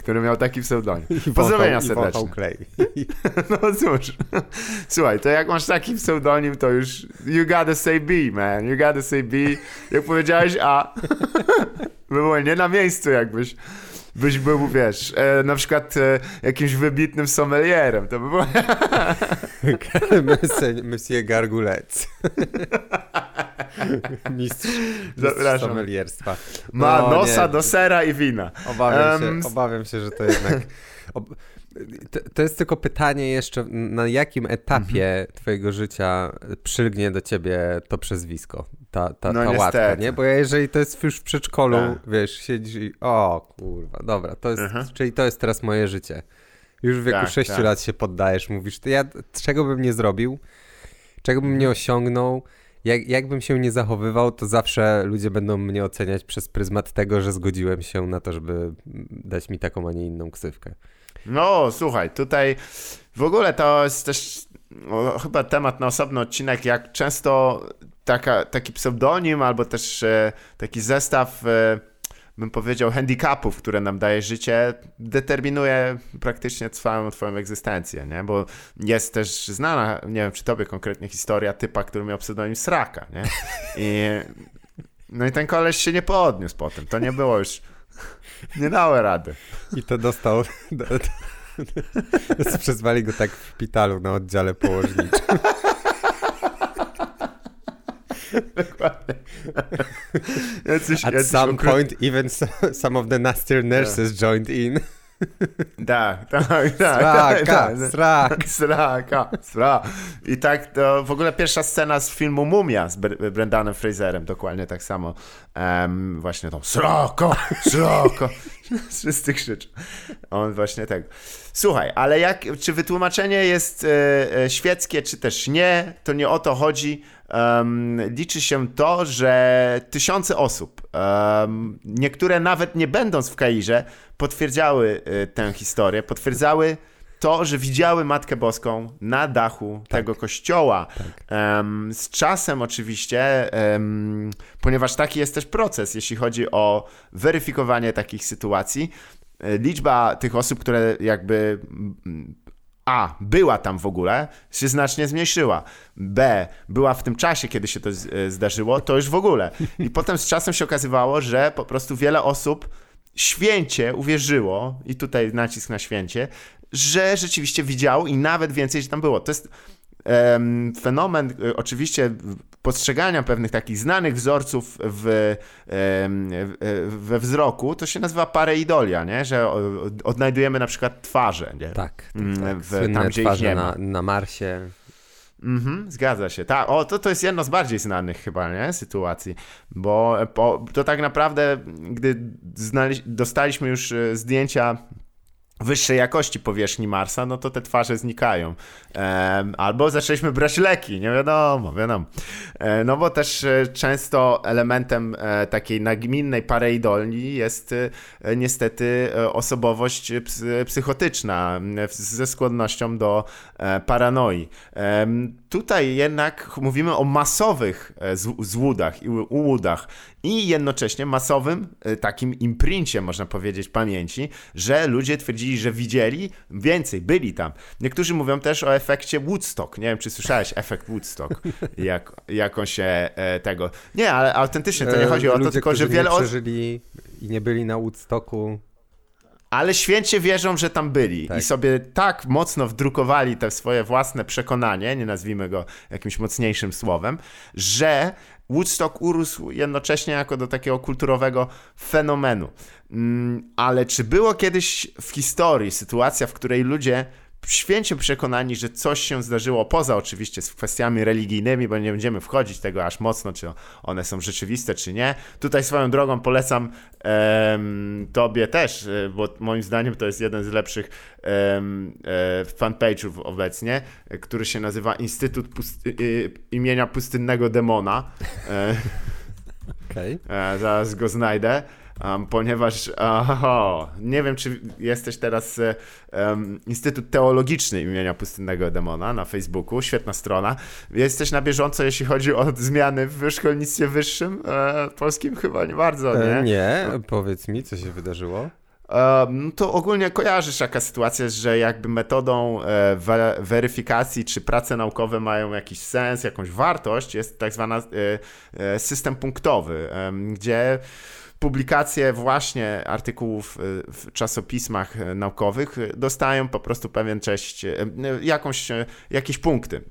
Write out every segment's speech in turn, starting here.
który miał taki pseudonim. Pozdrowienia serdeczne. No cóż, słuchaj, to jak masz taki pseudonim, to już you gotta say B, man, you gotta say B. Jak powiedziałeś A, by było nie na miejscu jakbyś był, wiesz, na przykład jakimś wybitnym sommelierem, to by było... Monsieur Gargulec. Mistrz sommelierstwa. Ma nosa do sera i wina. Obawiam się, że to jednak... To jest tylko pytanie jeszcze, na jakim etapie twojego życia przylgnie do ciebie to przezwisko, ta łatka, nie? Bo jeżeli to jest już w przedszkolu, wiesz, siedzisz i o kurwa, dobra, to jest, czyli to jest teraz moje życie. Już w wieku 6 lat się poddajesz, mówisz, to ja czego bym nie zrobił, czego bym nie osiągnął, jakbym się nie zachowywał, to zawsze ludzie będą mnie oceniać przez pryzmat tego, że zgodziłem się na to, żeby dać mi taką, a nie inną ksywkę. No, słuchaj, tutaj w ogóle to jest też chyba temat na osobny odcinek, jak często taki pseudonim albo też taki zestaw, bym powiedział, handicapów, które nam daje życie, determinuje praktycznie całą twoją egzystencję, nie? Bo jest też znana, nie wiem, czy tobie konkretnie historia typa, który miał pseudonim Sraka, nie? No i ten koleś się nie podniósł potem, to nie było już... Nie dało rady. I to dostał... Przezwali go tak w szpitalu na oddziale położniczym. Dokładnie. At some point even some of the nastier nurses joined in. Sraka. I tak to w ogóle pierwsza scena z filmu Mumia z Brendanem Fraserem, dokładnie tak samo. Właśnie to sraka. Wszyscy krzyczą. On właśnie tak. Słuchaj, ale czy wytłumaczenie jest świeckie, czy też nie, to nie o to chodzi. Liczy się to, że tysiące osób, niektóre nawet nie będąc w Kairze, potwierdzały tę historię, potwierdzały to, że widziały Matkę Boską na dachu tego kościoła. Z czasem oczywiście, ponieważ taki jest też proces, jeśli chodzi o weryfikowanie takich sytuacji, liczba tych osób, które jakby była tam w ogóle, się znacznie zmniejszyła. B, była w tym czasie, kiedy się to zdarzyło, to już w ogóle. I potem z czasem się okazywało, że po prostu wiele osób święcie uwierzyło, i tutaj nacisk na święcie, że rzeczywiście widziało i nawet więcej, że tam było. To jest fenomen oczywiście postrzegania pewnych takich znanych wzorców we wzroku, to się nazywa pareidolia, nie? Że odnajdujemy na przykład twarze, nie? Tak. Tam, gdzie ich nie ma. Na Marsie. Zgadza się. To jest jedno z bardziej znanych chyba, nie? Sytuacji, bo to tak naprawdę, gdy dostaliśmy już zdjęcia wyższej jakości powierzchni Marsa, no to te twarze znikają. Albo zaczęliśmy brać leki, nie wiadomo. No bo też często elementem takiej nagminnej pareidolii jest niestety osobowość psychotyczna ze skłonnością do paranoi. Tutaj jednak mówimy o masowych złudach i ułudach i jednocześnie masowym takim imprincie, można powiedzieć, pamięci, że ludzie twierdzili, że widzieli, więcej, byli tam. Niektórzy mówią też o efekcie Woodstock. Nie wiem, czy słyszałeś efekt Woodstock, jak on się tego... Nie, ale autentycznie to nie chodzi o to, tylko że wiele osób... przeżyli i nie byli na Woodstocku... Ale święcie wierzą, że tam byli i sobie tak mocno wdrukowali te swoje własne przekonanie, nie nazwijmy go jakimś mocniejszym słowem, że Woodstock urósł jednocześnie jako do takiego kulturowego fenomenu. Ale czy było kiedyś w historii sytuacja, w której ludzie święcie przekonani, że coś się zdarzyło, poza oczywiście z kwestiami religijnymi, bo nie będziemy wchodzić tego aż mocno, czy one są rzeczywiste, czy nie. Tutaj swoją drogą polecam tobie też, bo moim zdaniem to jest jeden z lepszych fanpage'ów obecnie, który się nazywa Instytut imienia Pustynnego Demona. Zaraz go znajdę. Ponieważ nie wiem, czy jesteś teraz Instytut Teologiczny imienia Pustynnego Demona na Facebooku, świetna strona. Jesteś na bieżąco, jeśli chodzi o zmiany w szkolnictwie wyższym polskim? Chyba nie bardzo, nie? Nie, powiedz mi, co się wydarzyło. to ogólnie kojarzysz jaka sytuacja jest, że jakby metodą weryfikacji, czy prace naukowe mają jakiś sens, jakąś wartość, jest tak zwany system punktowy, gdzie publikacje właśnie artykułów w czasopismach naukowych dostają po prostu jakieś punkty.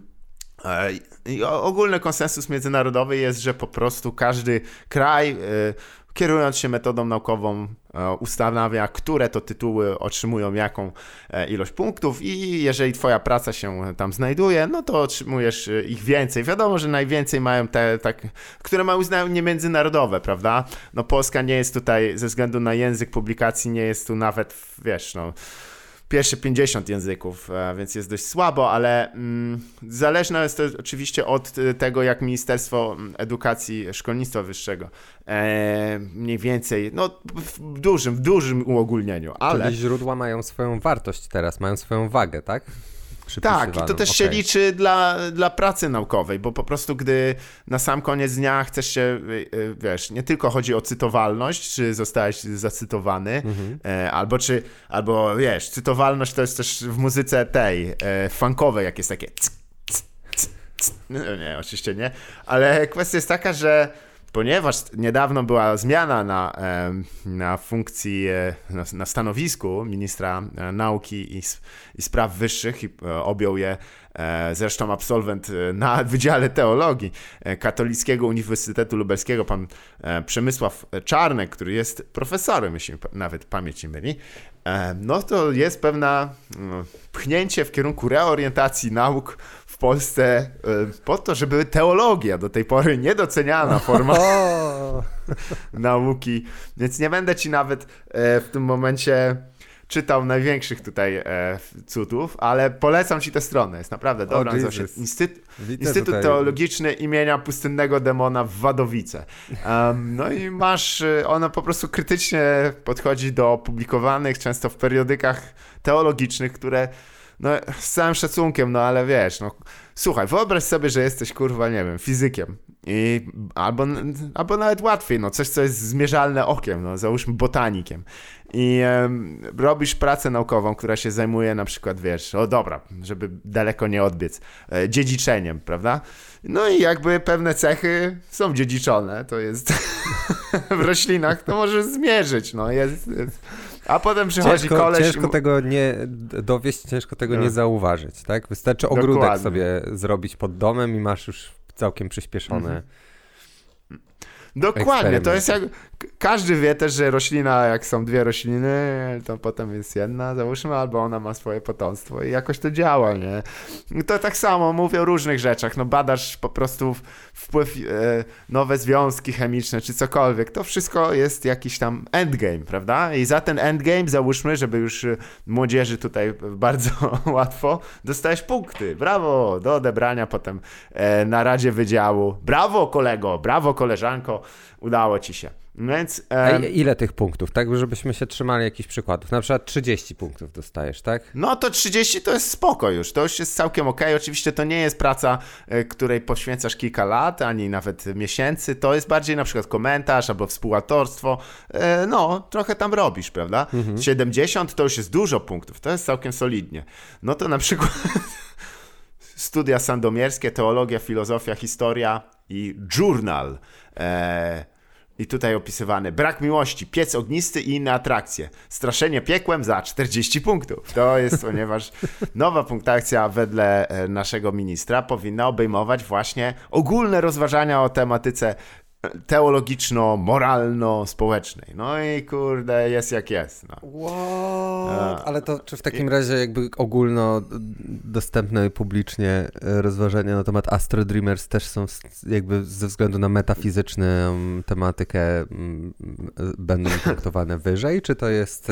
I ogólny konsensus międzynarodowy jest, że po prostu każdy kraj, kierując się metodą naukową, ustanawia, które to tytuły otrzymują jaką ilość punktów i jeżeli twoja praca się tam znajduje, no to otrzymujesz ich więcej. Wiadomo, że najwięcej mają te, które mają uznanie międzynarodowe, prawda? No Polska nie jest tutaj, ze względu na język publikacji, nie jest tu nawet, wiesz, no pierwsze 50 języków, więc jest dość słabo, ale zależne jest to oczywiście od tego, jak Ministerstwo Edukacji, Szkolnictwa Wyższego mniej więcej, no w dużym uogólnieniu, ale... Czyli źródła mają swoją wartość teraz, mają swoją wagę, tak? Tak, i to też się liczy dla pracy naukowej, bo po prostu gdy na sam koniec dnia chcesz się, wiesz, nie tylko chodzi o cytowalność, czy zostałeś zacytowany, albo wiesz, cytowalność to jest też w muzyce tej, funkowej, jak jest takie no nie, oczywiście nie, ale kwestia jest taka, że ponieważ niedawno była zmiana na funkcji, na stanowisku ministra nauki i spraw wyższych i objął je zresztą absolwent na Wydziale Teologii Katolickiego Uniwersytetu Lubelskiego, pan Przemysław Czarnek, który jest profesorem, jeśli nawet pamięć nie myli, no to jest pewna pchnięcie w kierunku reorientacji nauk w Polsce po to, żeby teologia, do tej pory niedoceniana forma nauki, więc nie będę ci nawet w tym momencie czytał największych tutaj cudów, ale polecam ci tę stronę, jest naprawdę dobra. Instytut Teologiczny imienia Pustynnego Demona w Wadowice. No i ona po prostu krytycznie podchodzi do publikowanych często w periodykach teologicznych, które no z całym szacunkiem, no ale wiesz, no słuchaj, wyobraź sobie, że jesteś kurwa, nie wiem, fizykiem albo nawet łatwiej, no coś, co jest zmierzalne okiem, no załóżmy botanikiem i robisz pracę naukową, która się zajmuje na przykład, wiesz, żeby daleko nie odbiec, dziedziczeniem, prawda? No i jakby pewne cechy są dziedziczone, to jest w roślinach, to możesz zmierzyć, no jest. A potem przychodzi koleś... Ciężko tego nie dowieść, ciężko tego nie zauważyć, tak? Wystarczy ogródek sobie zrobić pod domem i masz już całkiem przyspieszone. Dokładnie, to jest jak... Każdy wie też, że roślina, jak są dwie rośliny, to potem jest jedna, załóżmy, albo ona ma swoje potomstwo i jakoś to działa, nie? To tak samo mówię o różnych rzeczach, no badasz po prostu wpływ, nowe związki chemiczne, czy cokolwiek, to wszystko jest jakiś tam endgame, prawda? I za ten endgame, załóżmy, żeby już młodzieży tutaj bardzo łatwo, dostałeś punkty, brawo, do odebrania potem na Radzie Wydziału, brawo kolego, brawo koleżanko, udało ci się. Więc, ile tych punktów, tak? Żebyśmy się trzymali jakichś przykładów. Na przykład 30 punktów dostajesz, tak? No to 30 to jest spoko już. To już jest całkiem okej. Oczywiście to nie jest praca, której poświęcasz kilka lat, ani nawet miesięcy. To jest bardziej na przykład komentarz albo współautorstwo. No, trochę tam robisz, prawda? 70 to już jest dużo punktów. To jest całkiem solidnie. No to na przykład studia sandomierskie, teologia, filozofia, historia i journal. I tutaj opisywany brak miłości, piec ognisty i inne atrakcje. Straszenie piekłem za 40 punktów. To jest, ponieważ nowa punktacja wedle naszego ministra powinna obejmować właśnie ogólne rozważania o tematyce teologiczno-moralno-społecznej. No i kurde, jest jak jest. No. What? Ale to czy w takim razie jakby ogólnodostępne i publicznie rozważania na temat Astro Dreamers też są jakby ze względu na metafizyczną tematykę będą traktowane wyżej? Czy to jest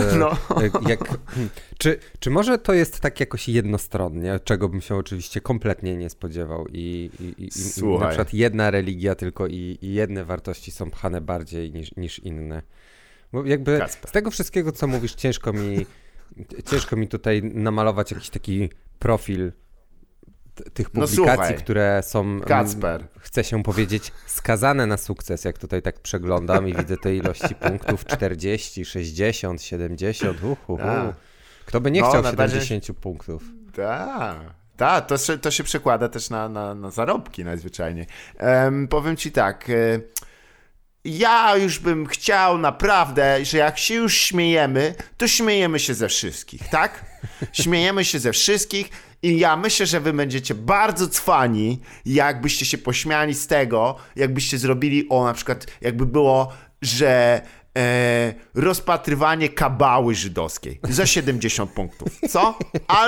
czy może to jest tak jakoś jednostronnie, czego bym się oczywiście kompletnie nie spodziewał i na przykład jedna religia tylko i jedne wartości są pchane bardziej niż inne. Bo jakby z tego wszystkiego, co mówisz, ciężko mi tutaj namalować jakiś taki profil tych publikacji, które są, Kacper, chcę się powiedzieć, skazane na sukces, jak tutaj tak przeglądam i widzę te ilości punktów 40, 60, 70, Kto by nie chciał 70 punktów? Tak, to się przekłada też na zarobki najzwyczajniej. Powiem ci tak, ja już bym chciał naprawdę, że jak się już śmiejemy, to śmiejemy się ze wszystkich, tak? Śmiejemy się ze wszystkich i ja myślę, że wy będziecie bardzo cwani, jakbyście się pośmiali z tego, jakbyście zrobili, na przykład jakby było, że rozpatrywanie kabały żydowskiej za 70 punktów, co?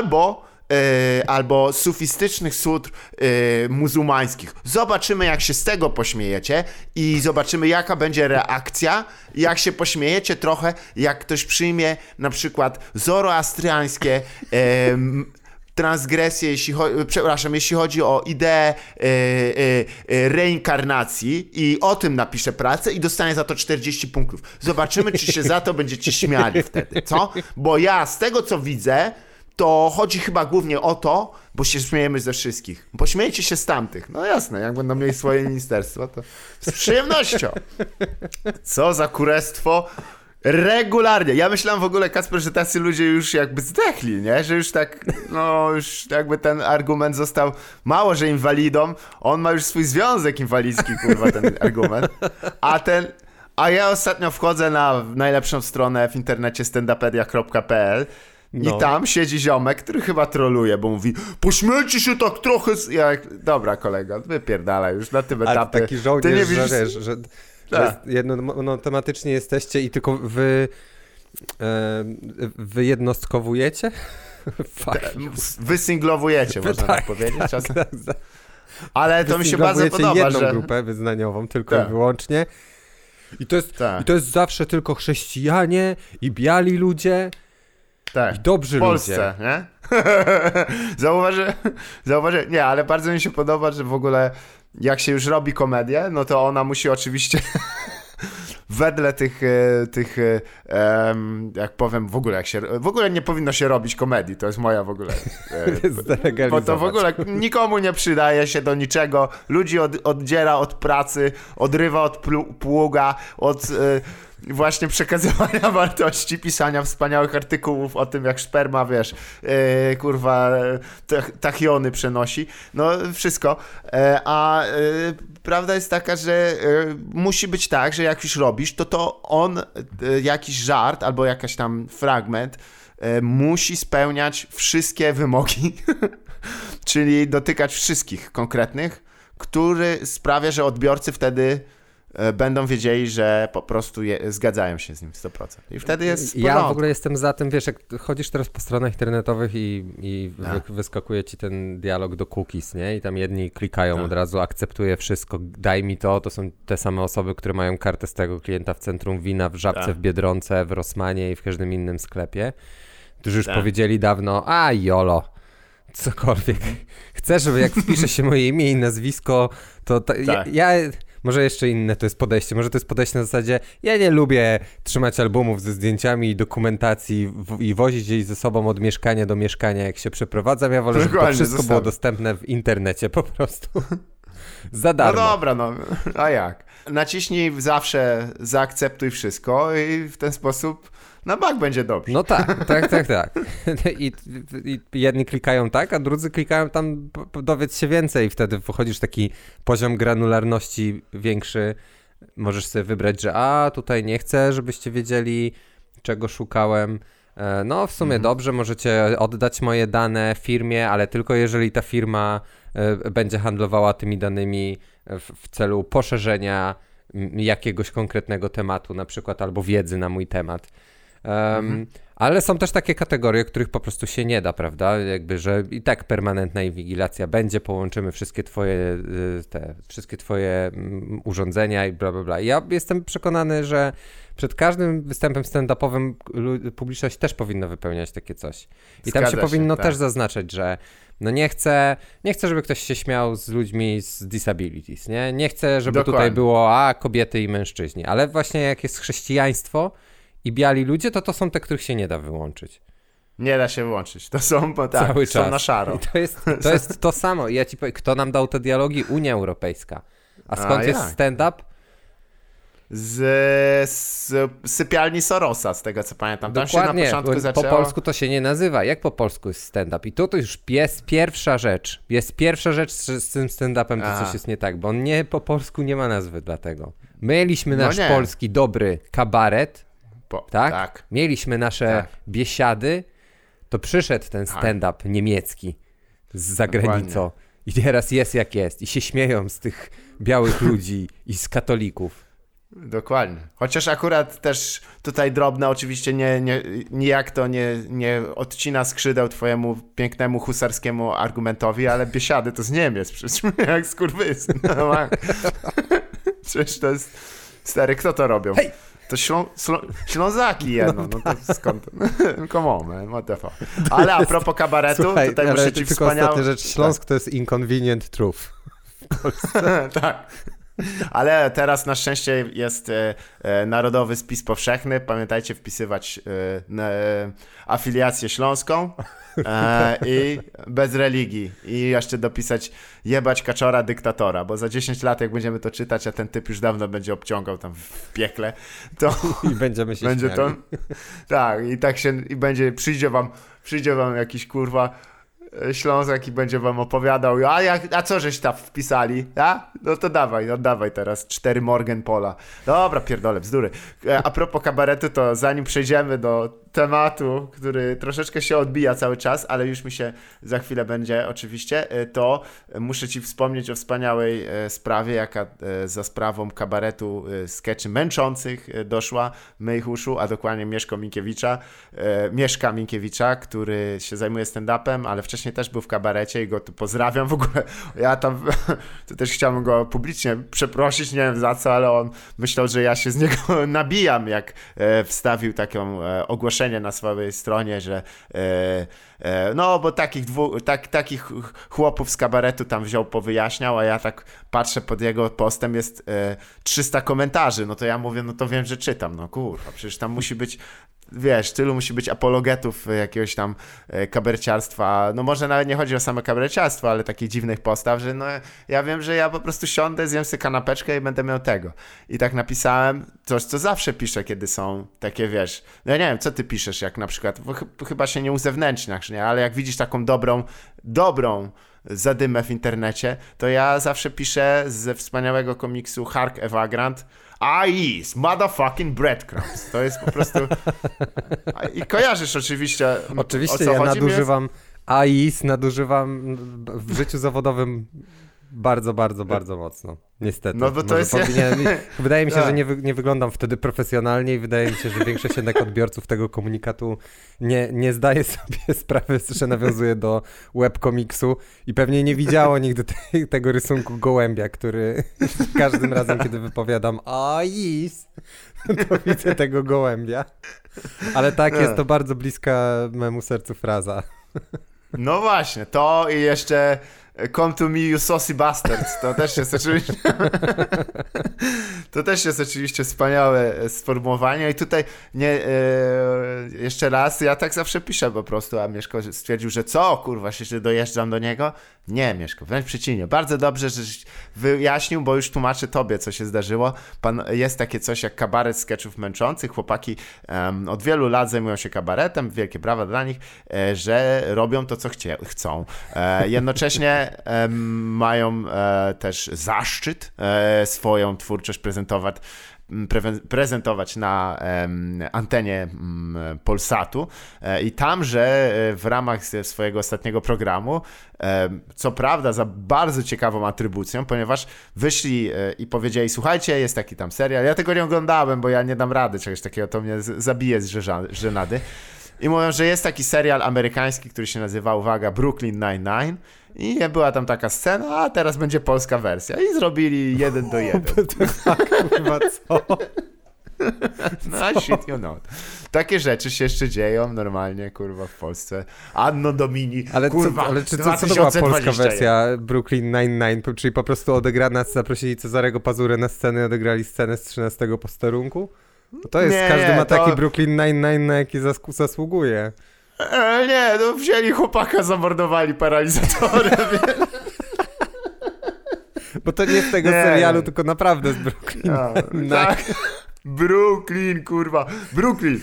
Albo sufistycznych sutr muzułmańskich. Zobaczymy, jak się z tego pośmiejecie i zobaczymy, jaka będzie reakcja, jak się pośmiejecie trochę, jak ktoś przyjmie na przykład zoroastriańskie transgresje, jeśli chodzi o ideę reinkarnacji i o tym napisze pracę i dostanie za to 40 punktów. Zobaczymy, czy się za to będziecie śmiali wtedy, co? Bo ja z tego, co widzę, to chodzi chyba głównie o to, bo się śmiejemy ze wszystkich. Pośmiejcie się z tamtych. No jasne, jak będą mieli swoje ministerstwo, to z przyjemnością. Co za kurestwo. Regularnie. Ja myślałem w ogóle, Kacper, że tacy ludzie już jakby zdechli, nie? Że już tak, już jakby ten argument został, mało, że inwalidą, on ma już swój związek inwalidzki, kurwa, ten argument. A ja ostatnio wchodzę na najlepszą stronę w internecie standupedia.pl i tam siedzi ziomek, który chyba troluje, bo mówi, pośmiejcie się tak trochę dobra, kolega, wypierdalaj już na tym etapie. Ale taki żołnierz, ty nie widzisz, że tematycznie jesteście i tylko wyjednostkowujecie? Wysinglowujecie, można tak powiedzieć czasem. Ale to mi się bardzo podoba, jedną grupę wyznaniową, tylko i wyłącznie. I to jest zawsze tylko chrześcijanie i biali ludzie. Tak, i dobrzy w Polsce, ludzie. Nie? Zauważę, nie, ale bardzo mi się podoba, że w ogóle jak się już robi komedię, no to ona musi oczywiście wedle tych jak powiem, w ogóle nie powinno się robić komedii, to jest moja w ogóle bo to w ogóle nikomu nie przydaje się do niczego, ludzi oddziela od pracy, odrywa od pługa, od właśnie przekazywania wartości, pisania wspaniałych artykułów o tym, jak sperma, wiesz, tachiony przenosi, no wszystko, prawda jest taka, że musi być tak, że jak już robisz, to on jakiś żart albo jakaś tam fragment musi spełniać wszystkie wymogi, czyli dotykać wszystkich konkretnych, który sprawia, że odbiorcy wtedy będą wiedzieli, że po prostu zgadzają się z nim 100%. I wtedy jest Ja w ogóle jestem za tym, wiesz, jak chodzisz teraz po stronach internetowych i wyskakuje ci ten dialog do cookies, nie? I tam jedni klikają od razu, akceptuję wszystko, daj mi to są te same osoby, które mają kartę z tego klienta w centrum wina, w Żabce, w Biedronce, w Rossmanie i w każdym innym sklepie, którzy już powiedzieli dawno, jolo, cokolwiek. Chcę, żeby jak wpisze się moje imię i nazwisko, to ja może jeszcze inne to jest podejście. Może to jest podejście na zasadzie, ja nie lubię trzymać albumów ze zdjęciami i dokumentacji i wozić jej ze sobą od mieszkania do mieszkania, jak się przeprowadzam. Ja wolę, żeby to wszystko było dostępne w internecie po prostu. Za darmo. No dobra, a jak? Naciśnij zawsze zaakceptuj wszystko i w ten sposób na bank będzie dobrze. No tak. I jedni klikają tak, a drudzy klikają tam dowiedz się więcej i wtedy wchodzisz taki poziom granularności większy. Możesz sobie wybrać, że tutaj nie chcę, żebyście wiedzieli, czego szukałem. No w sumie dobrze, możecie oddać moje dane firmie, ale tylko jeżeli ta firma będzie handlowała tymi danymi w celu poszerzenia jakiegoś konkretnego tematu, na przykład albo wiedzy na mój temat. Ale są też takie kategorie, których po prostu się nie da, prawda? Jakby, że i tak permanentna inwigilacja będzie, połączymy wszystkie twoje urządzenia i bla, bla, bla. Ja jestem przekonany, że przed każdym występem stand-upowym publiczność też powinna wypełniać takie coś. I tam się powinno też zaznaczać, że nie chcę, żeby ktoś się śmiał z ludźmi z disabilities, nie? Nie chcę, żeby tutaj było kobiety i mężczyźni, ale właśnie jak jest chrześcijaństwo i biali ludzie, to są te, których się nie da wyłączyć. Nie da się wyłączyć. To są, bo tak, cały czas. Są na szaro. I to jest to samo. I ja ci powiem, kto nam dał te dialogi? Unia Europejska. A skąd jest stand-up? Z sypialni Sorosa, z tego co pamiętam. Tam Dokładnie, się na początku zaczęło... po polsku to się nie nazywa. Jak po polsku jest stand-up? I to już jest pierwsza rzecz. Jest pierwsza rzecz z tym stand-upem, to coś jest nie tak, bo on nie po polsku nie ma nazwy dlatego. Mieliśmy nasz polski dobry kabaret, tak? Mieliśmy nasze biesiady, to przyszedł ten stand-up niemiecki z zagranicą. I teraz jest jak jest. I się śmieją z tych białych ludzi i z katolików. Dokładnie. Chociaż akurat też tutaj drobne oczywiście nijak to nie odcina skrzydeł twojemu pięknemu husarskiemu argumentowi, ale biesiady to z Niemiec przecież jak skurwysyn. No, przecież to jest... Stary, kto to robią? Hej! To Ślązaki jedno, no to skąd? Come on, man, what the fuck. Ale a propos kabaretu, słuchaj, tutaj muszę ci wspaniałe... rzecz, Śląsk to jest inconvenient truth. Tak. Ale teraz na szczęście jest Narodowy Spis Powszechny. Pamiętajcie wpisywać afiliację śląską i bez religii. I jeszcze dopisać jebać kaczora dyktatora, bo za 10 lat jak będziemy to czytać, a ten typ już dawno będzie obciągał tam w piekle, to i będziemy się będzie to. Tak, i tak się i będzie przyjdzie wam jakiś kurwa Ślązak i będzie wam opowiadał, a co żeś tam wpisali? A? No to dawaj teraz 4 Morgenpola. Dobra, pierdolę, bzdury. A propos kabaretu, to zanim przejdziemy do tematu, który troszeczkę się odbija cały czas, ale już mi się za chwilę będzie oczywiście, to muszę ci wspomnieć o wspaniałej sprawie, jaka za sprawą kabaretu skeczy męczących doszła moich uszu, a dokładnie Mieszka Minkiewicza, który się zajmuje stand-upem, ale wcześniej też był w kabarecie i go tu pozdrawiam. W ogóle ja tam to też chciałbym go publicznie przeprosić, nie wiem za co, ale on myślał, że ja się z niego nabijam, jak wstawił taką ogłoszenie na swojej stronie, że no, bo takich chłopów z kabaretu tam wziął, powyjaśniał, a ja tak patrzę pod jego postem, jest 300 komentarzy, no to ja mówię, no to wiem, że czytam, no kurwa, przecież tam musi być, wiesz, tylu musi być apologetów jakiegoś tam kabareciarstwa, no może nawet nie chodzi o same kabareciarstwo, ale takich dziwnych postaw, że no ja wiem, że ja po prostu siądę, zjem sobie kanapeczkę i będę miał tego. I tak napisałem coś, co zawsze piszę, kiedy są takie, wiesz, no ja nie wiem, co ty piszesz, jak na przykład, chyba się nie uzewnętrzniasz, nie? Ale jak widzisz taką dobrą zadymę w internecie, to ja zawsze piszę ze wspaniałego komiksu Hark Evagrant I eat motherfucking breadcrumbs. To jest po prostu... I kojarzysz oczywiście, oczywiście, o co ja chodzi. nadużywam w życiu zawodowym bardzo mocno. Niestety. No bo to jest... Wydaje mi się, że nie wyglądam wtedy profesjonalnie i wydaje mi się, że większość jednak odbiorców tego komunikatu nie zdaje sobie sprawy, że nawiązuje do webkomiksu i pewnie nie widziało nigdy tego rysunku gołębia, który każdym razem, kiedy wypowiadam to widzę tego gołębia. Ale tak, jest to bardzo bliska memu sercu fraza. No właśnie, to i jeszcze come to me you saucy bastards, to też jest oczywiście wspaniałe sformułowanie i tutaj jeszcze raz, ja tak zawsze piszę po prostu, a Mieszko stwierdził, że co, kurwa, się dojeżdżam do niego? Nie, Mieszko, wręcz przeciwnie, bardzo dobrze, że wyjaśnił, bo już tłumaczę tobie, co się zdarzyło. Jest takie coś jak kabaret skeczów męczących, chłopaki od wielu lat zajmują się kabaretem, wielkie brawa dla nich, że robią to, co chcą. Jednocześnie mają też zaszczyt swoją twórczość prezentować na antenie Polsatu i tamże w ramach swojego ostatniego programu, co prawda za bardzo ciekawą atrybucją, ponieważ wyszli i powiedzieli, słuchajcie, jest taki tam serial, ja tego nie oglądałem, bo ja nie dam rady czegoś takiego, to mnie zabije z żenady. I mówią, że jest taki serial amerykański, który się nazywa, uwaga, Brooklyn Nine-Nine i była tam taka scena, a teraz będzie polska wersja. I zrobili 1:1. Kurwa, co? No, shit you not. Takie rzeczy się jeszcze dzieją normalnie, kurwa, w Polsce. Anno Domini, kurwa, ale czy co to była polska wersja Brooklyn Nine-Nine? Czyli po prostu zaprosili Cezarego Pazurę na scenę i odegrali scenę z 13 posterunku? No to jest, każdy ma taki Brooklyn Nine-Nine, na jaki zasługuje. Nie, no wzięli chłopaka, zamordowali paralizatorem. Bo to nie z tego serialu, tylko naprawdę z Brooklyn. Tak. Brooklyn, kurwa. Brooklyn.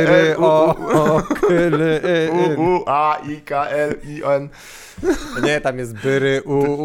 B-R-O-K-L-I-N. Nie, tam jest Byry,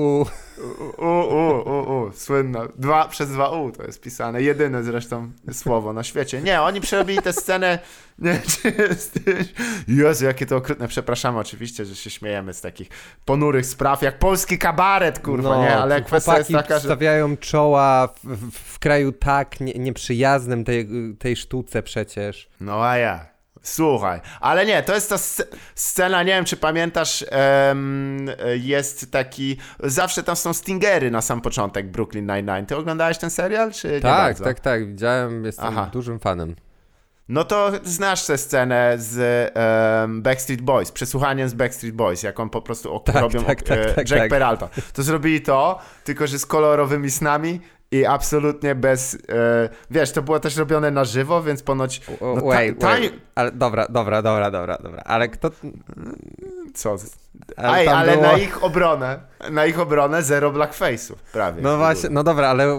Słynna. 2 przez 2 U to jest pisane. Jedyne zresztą słowo na świecie. Nie, oni przerobili tę scenę. Nie, czy jesteś... Jezu, jakie to okrutne. Przepraszamy oczywiście, że się śmiejemy z takich ponurych spraw, jak polski kabaret, kurwa, nie? Ale kwestia jest taka, że... stawiają czoła w kraju tak nieprzyjaznym tej sztuce przecież. No a ja. Słuchaj, ale nie, to jest ta scena, nie wiem czy pamiętasz, jest taki, zawsze tam są stingery na sam początek Brooklyn Nine-Nine. Ty oglądałeś ten serial, czy nie bardzo? Tak, widziałem, jestem dużym fanem. No to znasz tę scenę z Backstreet Boys, przesłuchaniem z Backstreet Boys, jak on po prostu robią Jack Peralta. To zrobili to, tylko że z kolorowymi snami. I absolutnie bez... wiesz, to było też robione na żywo, więc ponoć... Ale dobra. Ale kto... Co? Ale było... na ich obronę zero blackface'ów, prawie. No właśnie, no dobra, ale...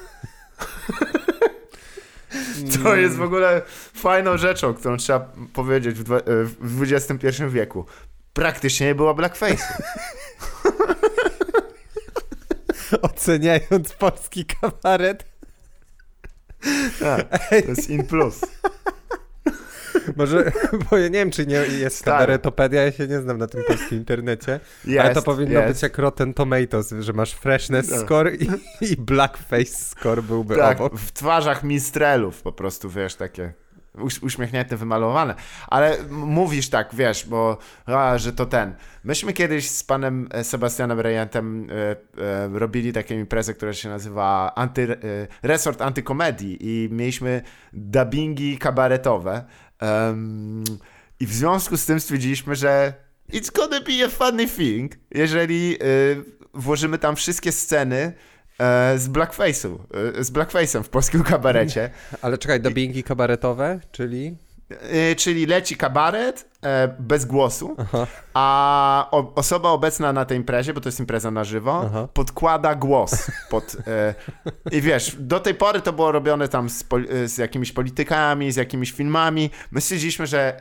To jest w ogóle fajną rzeczą, którą trzeba powiedzieć w XXI wieku. Praktycznie nie było blackface'u. Oceniając polski kabaret. To jest in plus. Może, bo ja nie wiem, czy nie jest kabaretopedia, ja się nie znam na tym polskim internecie, ale to powinno być jak Rotten Tomatoes, że masz freshness score i blackface score byłby obok. W twarzach minstrelów po prostu, wiesz, takie... uśmiechnięte, wymalowane. Ale mówisz tak, wiesz, bo że to ten. Myśmy kiedyś z panem Sebastianem Rejentem robili taką imprezę, która się nazywa Resort Antykomedii i mieliśmy dubbingi kabaretowe. I w związku z tym stwierdziliśmy, że it's gonna be a funny thing, jeżeli włożymy tam wszystkie sceny z blackface'em w polskim kabarecie. Ale czekaj, dubbingi kabaretowe, czyli? Czyli leci kabaret bez głosu, a osoba obecna na tej imprezie, bo to jest impreza na żywo, podkłada głos. I wiesz, do tej pory to było robione tam z jakimiś politykami, z jakimiś filmami. My stwierdziliśmy, że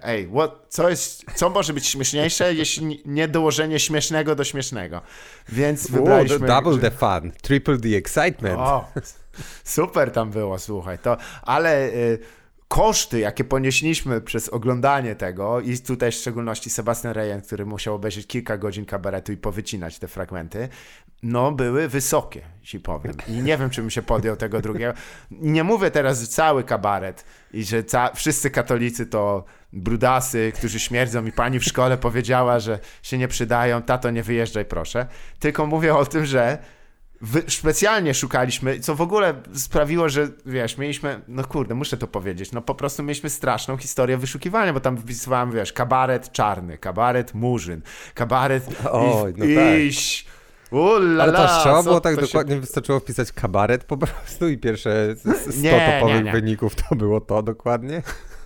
co może być śmieszniejsze, jeśli nie dołożenie śmiesznego do śmiesznego. Więc wybraliśmy... Double the fun, triple the excitement. Super tam było, słuchaj. Ale... koszty, jakie ponieśliśmy przez oglądanie tego i tutaj w szczególności Sebastian Rejent, który musiał obejrzeć kilka godzin kabaretu i powycinać te fragmenty, no były wysokie, ci powiem. I nie wiem, czy bym się podjął tego drugiego. Nie mówię teraz, że cały kabaret i że wszyscy katolicy to brudasy, którzy śmierdzą i pani w szkole powiedziała, że się nie przydają, tato nie wyjeżdżaj proszę. Tylko mówię o tym, że specjalnie szukaliśmy, co w ogóle sprawiło, że wiesz, mieliśmy, no kurde, muszę to powiedzieć, no po prostu mieliśmy straszną historię wyszukiwania, bo tam wpisywałem, wiesz, kabaret czarny, kabaret murzyn, kabaret iść. Ale to trzeba było tak dokładnie, wystarczyło wpisać kabaret po prostu i pierwsze 100 topowych wyników to było to dokładnie?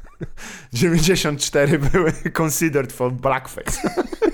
94 były considered for blackface.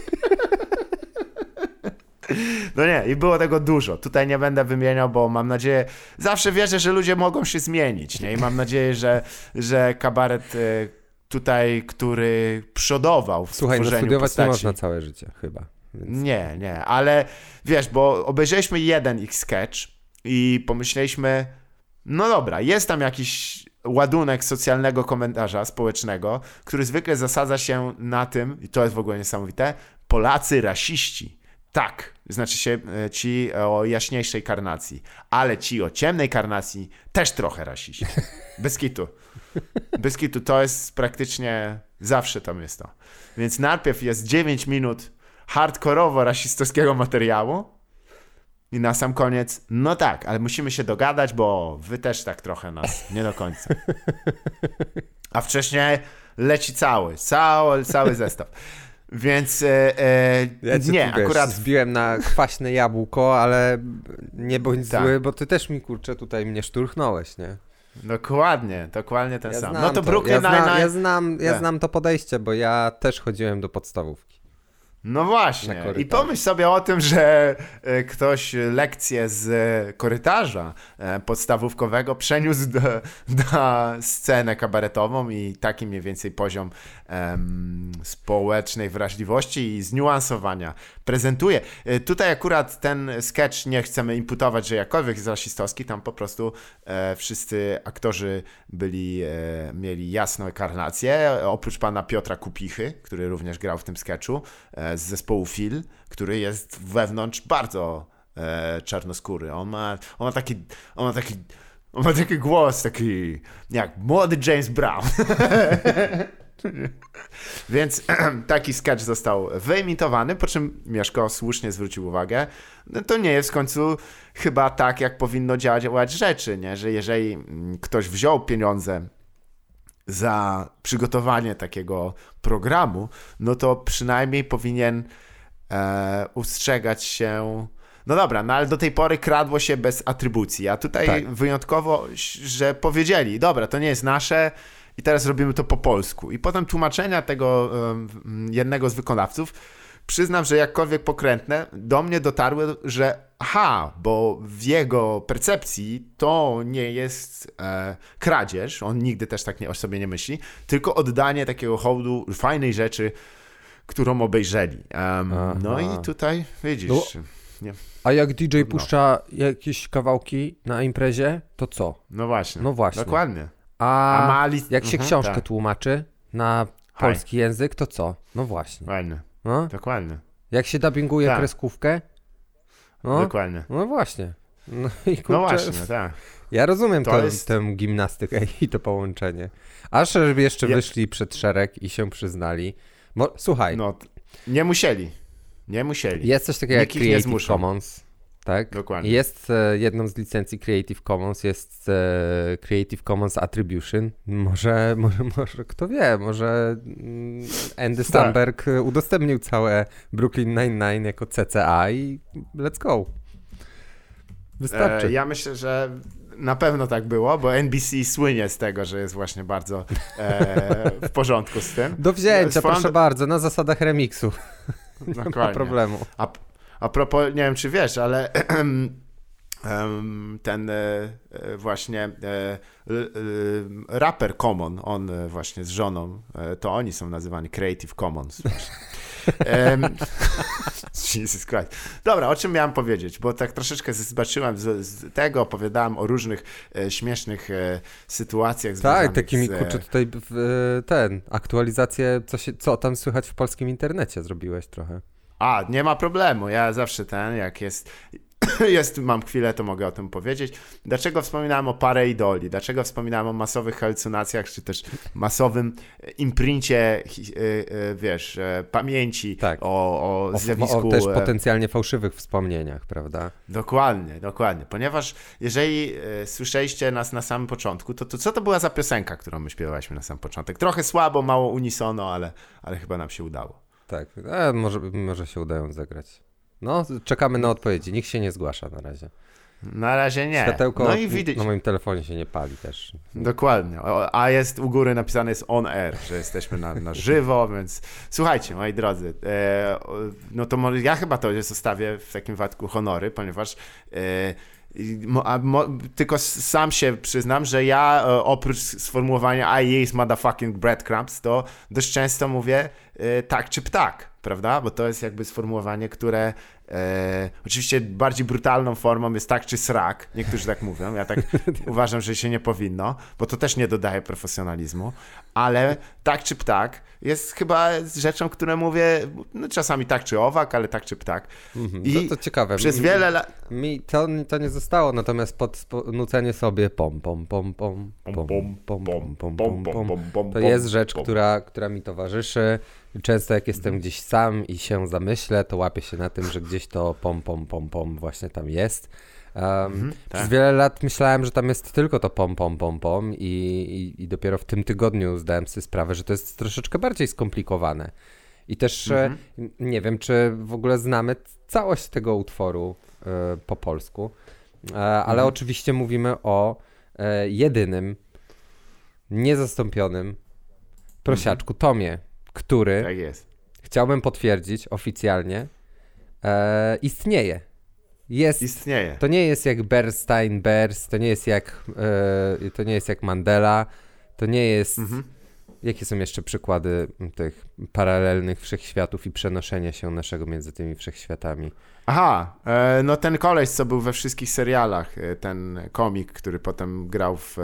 No nie, i było tego dużo. Tutaj nie będę wymieniał, bo mam nadzieję, zawsze wierzę, że ludzie mogą się zmienić, nie? I mam nadzieję, że kabaret tutaj, który przodował w tworzeniu studiować postaci... nie można całe życie, chyba. Więc... Nie, ale wiesz, bo obejrzeliśmy jeden ich sketch i pomyśleliśmy, no dobra, jest tam jakiś ładunek socjalnego komentarza społecznego, który zwykle zasadza się na tym, i to jest w ogóle niesamowite, Polacy rasiści. Tak, znaczy się ci o jaśniejszej karnacji, ale ci o ciemnej karnacji też trochę rasiści. Bez kitu. Bez kitu, to jest praktycznie zawsze tam jest to. Więc najpierw jest 9 minut hardkorowo rasistowskiego materiału i na sam koniec, no tak, ale musimy się dogadać, bo wy też tak trochę nas nie do końca. A wcześniej leci cały zestaw. Więc ja nie, akurat zbiłem na kwaśne jabłko, ale nie bądź zły, bo ty też mi, kurczę, tutaj mnie szturchnąłeś, nie? Dokładnie ten sam. No to Brooklyn Nine-Nine... Ja znam to podejście, bo ja też chodziłem do podstawówki. No właśnie. I pomyśl sobie o tym, że ktoś lekcję z korytarza podstawówkowego przeniósł na scenę kabaretową i taki mniej więcej poziom społecznej wrażliwości i zniuansowania prezentuje. Tutaj akurat ten sketch nie chcemy imputować, że jakkolwiek jest rasistowski, tam po prostu wszyscy aktorzy mieli jasną karnację, oprócz pana Piotra Kupichy, który również grał w tym sketchu, z zespołu Phil, który jest wewnątrz bardzo czarnoskóry. On ma taki głos, taki jak młody James Brown. Więc taki sketch został wyemitowany, po czym Mieszko słusznie zwrócił uwagę, no to nie jest w końcu chyba tak, jak powinno działać rzeczy, nie? Że jeżeli ktoś wziął pieniądze za przygotowanie takiego programu, no to przynajmniej powinien ustrzegać się... No dobra, no ale do tej pory kradło się bez atrybucji, a tutaj wyjątkowo, że powiedzieli, dobra, to nie jest nasze i teraz robimy to po polsku. I potem tłumaczenia tego jednego z wykonawców, przyznam, że jakkolwiek pokrętne, do mnie dotarły, że bo w jego percepcji to nie jest kradzież, on nigdy też tak o sobie nie myśli, tylko oddanie takiego hołdu fajnej rzeczy, którą obejrzeli. No i tutaj widzisz... No. Nie. A jak DJ puszcza jakieś kawałki na imprezie, to co? No właśnie. Dokładnie. Jak się książkę tłumaczy na polski język, to co? No właśnie. Fajnie. No? Dokładnie. Jak się dubbinguje kreskówkę? No? Dokładnie. No właśnie. No i kurczę, właśnie, tak. Ja rozumiem tę gimnastykę i to połączenie. Aż jeszcze wyszli przed szereg i się przyznali. Słuchaj. No, nie musieli. Jest coś takiego jak Creative Commons. Tak? Dokładnie. Jest jedną z licencji Creative Commons, jest Creative Commons Attribution. Może kto wie, może Andy Samberg udostępnił całe Brooklyn Nine-Nine jako CCA i let's go. Wystarczy. Ja myślę, że na pewno tak było, bo NBC słynie z tego, że jest właśnie bardzo w porządku z tym. Do wzięcia, proszę bardzo, na zasadach remiksu. Nie ma problemu. A propos, nie wiem czy wiesz, ale ten właśnie raper Common, on właśnie z żoną, to oni są nazywani Creative Commons. Jesus Christ. Dobra, o czym miałem powiedzieć? Bo tak troszeczkę zbaczyłem z tego, opowiadałem o różnych śmiesznych sytuacjach związanych takimi, kurczę, tutaj aktualizację, co tam słychać w polskim internecie zrobiłeś trochę. Nie ma problemu. Ja zawsze jak mam chwilę, to mogę o tym powiedzieć. Dlaczego wspominałem o pareidoli? Dlaczego wspominałem o masowych halucynacjach, czy też masowym imprincie, pamięci o zjawisku... O też potencjalnie fałszywych wspomnieniach, prawda? Dokładnie. Ponieważ jeżeli słyszeliście nas na samym początku, to co to była za piosenka, którą my śpiewaliśmy na sam początek? Trochę słabo, mało unisono, ale chyba nam się udało. Tak, może się udają zagrać. No, czekamy na odpowiedzi. Nikt się nie zgłasza na razie. Na razie nie. Światełko na moim telefonie się nie pali też. Dokładnie. A jest u góry napisane jest on air, że jesteśmy na żywo, więc słuchajcie, moi drodzy, no to może ja chyba to zostawię w takim wypadku honory, ponieważ tylko sam się przyznam, że ja oprócz sformułowania I use motherfucking breadcrumbs, to dość często mówię tak czy ptak, prawda? Bo to jest jakby sformułowanie, które oczywiście bardziej brutalną formą jest tak czy srak. Niektórzy tak mówią, ja tak uważam, że się nie powinno, bo to też nie dodaje profesjonalizmu, ale tak czy ptak jest chyba rzeczą, którą mówię, no czasami tak czy owak, ale tak czy ptak. I to ciekawe. Przez wiele lat... Mi to nie zostało, natomiast nucenie sobie pom, pom, pom, pom, pom, pom, pom, pom, pom, pom. To jest rzecz, która mi towarzyszy. Często jak jestem gdzieś sam i się zamyślę, to łapię się na tym, że gdzieś to pom, pom, pom, pom właśnie tam jest. Przez wiele lat myślałem, że tam jest tylko to pom, pom, pom, pom i dopiero w tym tygodniu zdałem sobie sprawę, że to jest troszeczkę bardziej skomplikowane. I też nie wiem, czy w ogóle znamy całość tego utworu po polsku, ale oczywiście mówimy o jedynym, niezastąpionym prosiaczku Tomie, który, tak jest. Chciałbym potwierdzić oficjalnie, istnieje. Istnieje. To nie jest jak Bernstein Bears, to nie jest jak Mandela, to nie jest... Jakie są jeszcze przykłady tych paralelnych wszechświatów i przenoszenia się naszego między tymi wszechświatami? Aha, no ten koleś, co był we wszystkich serialach, ten komik, który potem grał w...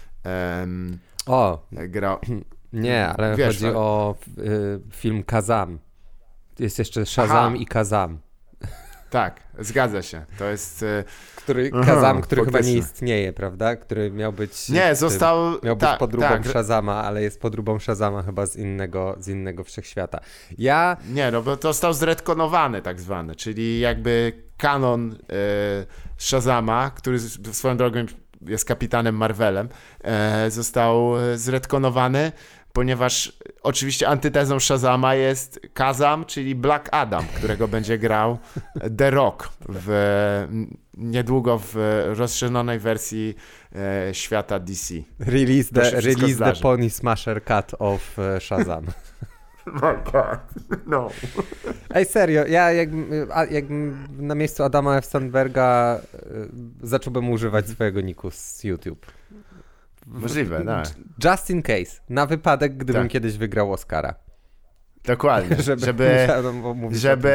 Nie, ale chodzi o film Kazam. Jest jeszcze Shazam i Kazam. Tak, zgadza się. To jest... Kazam, który chyba nie istnieje, prawda? Który miał być... Nie, miał być podróbą Shazama, ale jest podróbą Shazama chyba z innego wszechświata. Nie, no bo to został zretkonowany tak zwany, czyli jakby kanon Shazama, który swoją drogą jest kapitanem Marvelem, został zretkonowany, ponieważ oczywiście antytezą Shazama jest Kazam, czyli Black Adam, którego będzie grał The Rock niedługo w rozszerzonej wersji świata DC. Release the Pony Smasher cut of Shazam. My God, no. Ej, serio, ja jak na miejscu Adama F. Sandberga zacząłbym używać swojego niku z YouTube. Możliwe, tak. Just in case, na wypadek, gdybym kiedyś wygrał Oscara. Dokładnie, żeby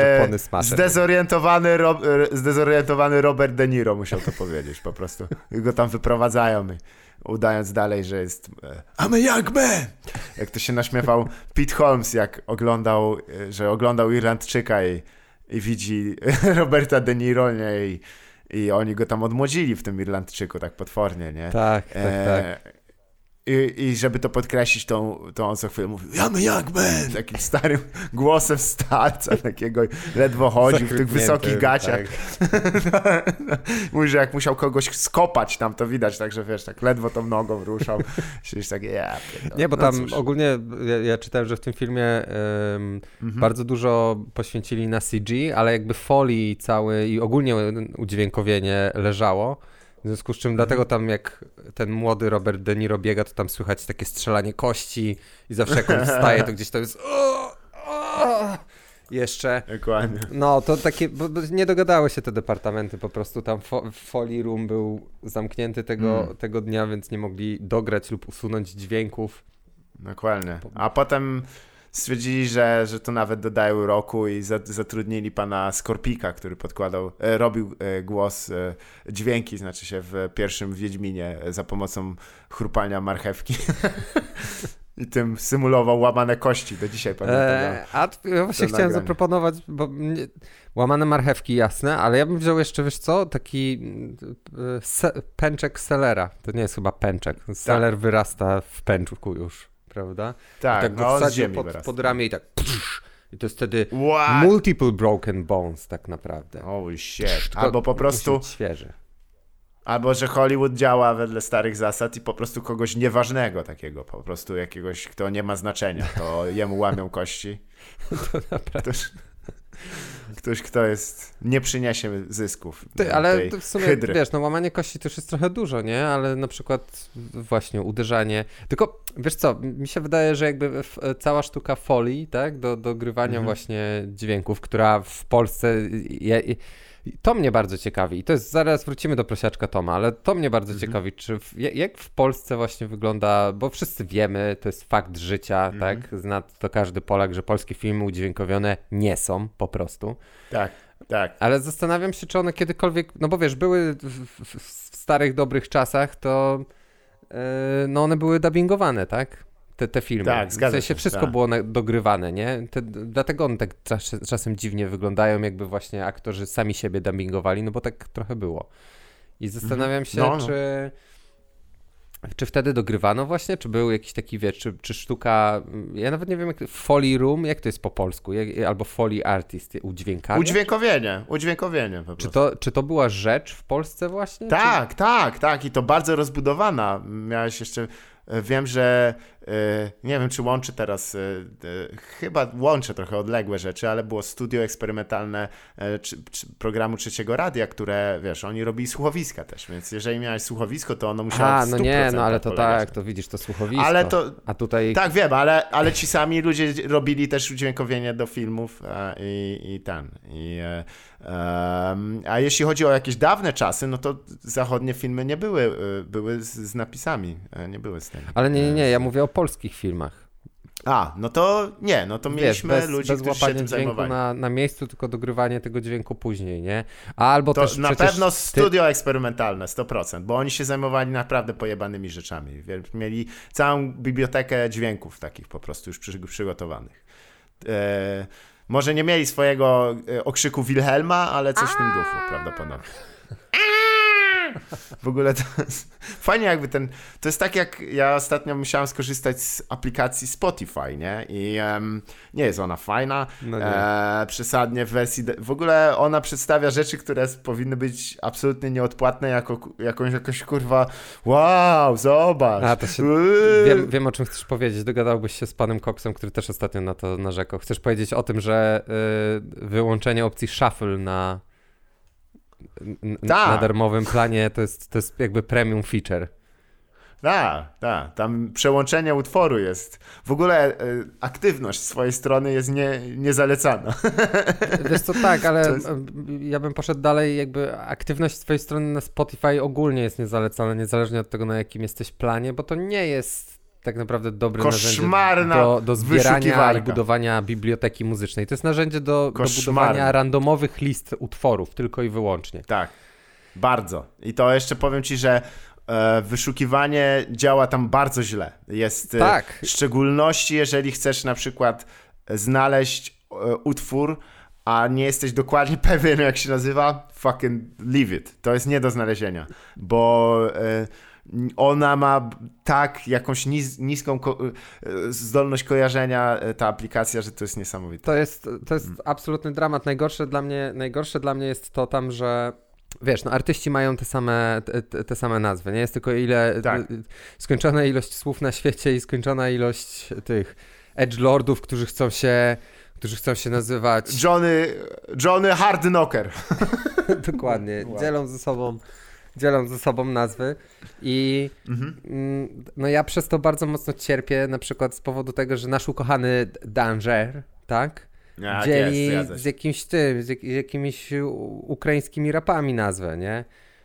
zdezorientowany Robert De Niro musiał to powiedzieć po prostu. I go tam wyprowadzają, udając dalej, że jest I'm a young man! Jak to się naśmiewał Pete Holmes, jak oglądał Irlandczyka i widzi Roberta De Niro, nie? I oni go tam odmłodzili w tym Irlandczyku tak potwornie, nie? Tak. I żeby to podkreślić, to on co chwilę mówił I'm a young man! Takim starym głosem starca, takiego ledwo chodził w tych wysokich gaciach. Tak. Mówi, że jak musiał kogoś skopać tam, to widać, także wiesz, tak ledwo tą nogą ruszał. Siedzisz tak, Nie, bo tam ogólnie ja czytałem, że w tym filmie bardzo dużo poświęcili na CG, ale jakby folii cały i ogólnie udźwiękowienie leżało. W związku z czym dlatego tam jak ten młody Robert De Niro biega, to tam słychać takie strzelanie kości i zawsze jak on wstaje, to gdzieś to jest jeszcze. Dokładnie. No to takie, bo nie dogadały się te departamenty, po prostu tam folii room był zamknięty tego dnia, więc nie mogli dograć lub usunąć dźwięków. Dokładnie. A potem stwierdzili, że to nawet dodają roku i zatrudnili pana Skorpika, który robił głos, dźwięki, znaczy się w pierwszym Wiedźminie za pomocą chrupania marchewki. I tym symulował łamane kości. Do dzisiaj pamiętam. Ja właśnie chciałem zaproponować, bo łamane marchewki, jasne, ale ja bym wziął jeszcze, wiesz co, taki pęczek selera. To nie jest chyba pęczek. Seler wyrasta w pęczku już. Prawda? Tak, i tak go wsadził pod ramię i tak i to jest wtedy multiple broken bones tak naprawdę. Holy shit. Albo po prostu świeży. Albo że Hollywood działa wedle starych zasad i po prostu kogoś nieważnego takiego, po prostu jakiegoś, kto nie ma znaczenia, to jemu łamią kości. To naprawdę. Ktoś, kto nie przyniesie zysków. Ale to w sumie, hydry. Wiesz, łamanie kości to już jest trochę dużo, nie? Ale na przykład właśnie uderzanie. Tylko, wiesz co, mi się wydaje, że jakby cała sztuka folii, tak? Do grywania właśnie dźwięków, która w Polsce... To mnie bardzo ciekawi i to jest, zaraz wrócimy do prosiaczka Toma, ale to mnie bardzo ciekawi, czy jak w Polsce właśnie wygląda, bo wszyscy wiemy, to jest fakt życia, tak, zna to każdy Polak, że polskie filmy udźwiękowione nie są po prostu. Tak. Ale zastanawiam się, czy one kiedykolwiek, no bo wiesz, były w starych, dobrych czasach, to no one były dubbingowane, tak? Te filmy. Tak, zgadza się. W sensie wszystko było dogrywane, nie? Dlatego one tak czasem dziwnie wyglądają, jakby właśnie aktorzy sami siebie dubbingowali, no bo tak trochę było. I zastanawiam się, czy wtedy dogrywano właśnie, czy był jakiś taki, wiesz, czy sztuka, ja nawet nie wiem, foley room, jak to jest po polsku, albo foley artist, udźwiękanie? Udźwiękowienie po prostu. Czy to była rzecz w Polsce właśnie? Tak, i to bardzo rozbudowana. Miałeś jeszcze wiem, że nie wiem, czy łączy teraz, chyba łączę trochę odległe rzeczy, ale było studio eksperymentalne programu Trzeciego Radia, które, wiesz, oni robili słuchowiska też, więc jeżeli miałeś słuchowisko, to ono musiało w 100% no nie, no ale to polegać. tak, to widzisz, to słuchowisko, ale to, a tutaj... Tak, wiem, ale ci sami ludzie robili też udźwiękowienie do filmów a jeśli chodzi o jakieś dawne czasy, no to zachodnie filmy nie były z napisami, nie były z tym. Ale nie, ja mówię o polskich filmach. No to mieliśmy ludzi, którzy się tym zajmowali. Na miejscu, tylko dogrywanie tego dźwięku później, nie? Albo to też na pewno studio eksperymentalne, 100%, bo oni się zajmowali naprawdę pojebanymi rzeczami. Mieli całą bibliotekę dźwięków takich po prostu już przygotowanych. Może nie mieli swojego okrzyku Wilhelma, ale coś w tym duchu prawdopodobnie. W ogóle to jest fajnie jakby to jest tak jak ja ostatnio musiałem skorzystać z aplikacji Spotify, nie? I nie jest ona fajna, przesadnie w wersji, w ogóle ona przedstawia rzeczy, które powinny być absolutnie nieodpłatne jako jakąś kurwa wow, zobacz. Wiem o czym chcesz powiedzieć, dogadałbyś się z panem Coxem, który też ostatnio na to narzekał. Chcesz powiedzieć o tym, że wyłączenie opcji shuffle na darmowym planie to jest jakby premium feature. Tak. Tam przełączenie utworu jest. W ogóle aktywność z swojej strony jest niezalecana. Wiesz co, tak, ale ja bym poszedł dalej, jakby aktywność z twojej strony na Spotify ogólnie jest niezalecana, niezależnie od tego, na jakim jesteś planie, bo to nie jest tak naprawdę dobre narzędzie do zbierania i budowania biblioteki muzycznej. To jest narzędzie do budowania randomowych list utworów, tylko i wyłącznie. Tak, bardzo. I to jeszcze powiem ci, że wyszukiwanie działa tam bardzo źle. Jest w szczególności, jeżeli chcesz na przykład znaleźć utwór, a nie jesteś dokładnie pewien, jak się nazywa, fucking leave it. To jest nie do znalezienia, bo ona ma tak jakąś niską zdolność kojarzenia, ta aplikacja, że to jest niesamowite. To jest absolutny dramat. Najgorsze dla mnie jest to tam, że wiesz, no artyści mają te same nazwy, nie? Jest tylko skończona ilość słów na świecie i skończona ilość tych edgelordów, którzy chcą się nazywać... Johnny Hard Knocker. Dokładnie. Dzielą ze sobą nazwy i no ja przez to bardzo mocno cierpię, na przykład z powodu tego, że nasz ukochany Danger, tak? Dzieli z jakimiś ukraińskimi rapami nazwę, nie?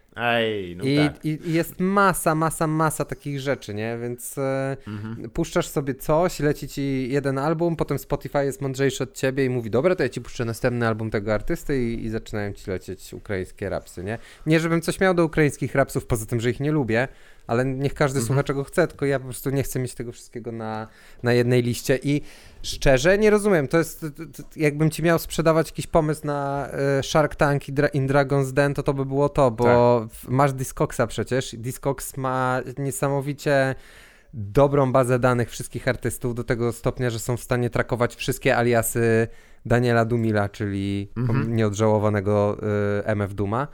I jest masa takich rzeczy, nie? Więc puszczasz sobie coś, leci ci jeden album, potem Spotify jest mądrzejszy od ciebie i mówi, dobra, to ja ci puszczę następny album tego artysty i zaczynają ci lecieć ukraińskie rapsy, nie? Nie, żebym coś miał do ukraińskich rapsów, poza tym, że ich nie lubię, ale niech każdy słucha czego chce, tylko ja po prostu nie chcę mieć tego wszystkiego na jednej liście i szczerze nie rozumiem, to jest jakbym ci miał sprzedawać jakiś pomysł na Shark Tank in Dragon's Den, to by było to, bo masz Discogsa przecież, Discogs ma niesamowicie dobrą bazę danych wszystkich artystów do tego stopnia, że są w stanie trakować wszystkie aliasy Daniela Dumila, czyli nieodżałowanego MF Duma.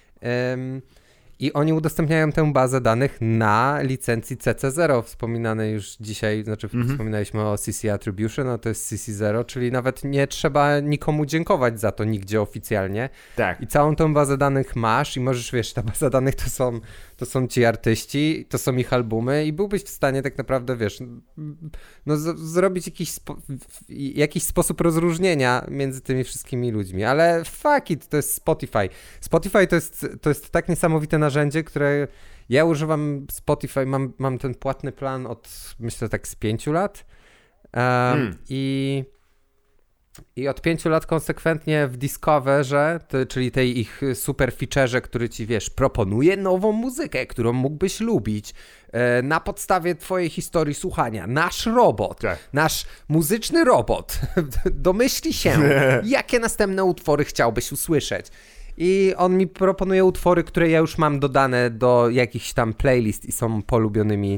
I oni udostępniają tę bazę danych na licencji CC0, wspominanej już dzisiaj, wspominaliśmy o CC Attribution, no to jest CC0, czyli nawet nie trzeba nikomu dziękować za to nigdzie oficjalnie. Tak. I całą tą bazę danych masz i możesz, wiesz, ta baza danych to są ci artyści, to są ich albumy i byłbyś w stanie tak naprawdę, wiesz, no zrobić jakiś sposób rozróżnienia między tymi wszystkimi ludźmi, ale fuck it, to jest Spotify. Spotify to jest tak niesamowite narzędzie, które ja używam Spotify, mam ten płatny plan od, myślę, tak z 5 lat i od 5 lat konsekwentnie w Discoverze, czyli tej ich super featureze, który ci, wiesz, proponuje nową muzykę, którą mógłbyś lubić na podstawie twojej historii słuchania. Nasz robot, nasz muzyczny robot domyśli się, jakie następne utwory chciałbyś usłyszeć. I on mi proponuje utwory, które ja już mam dodane do jakichś tam playlist i są polubionymi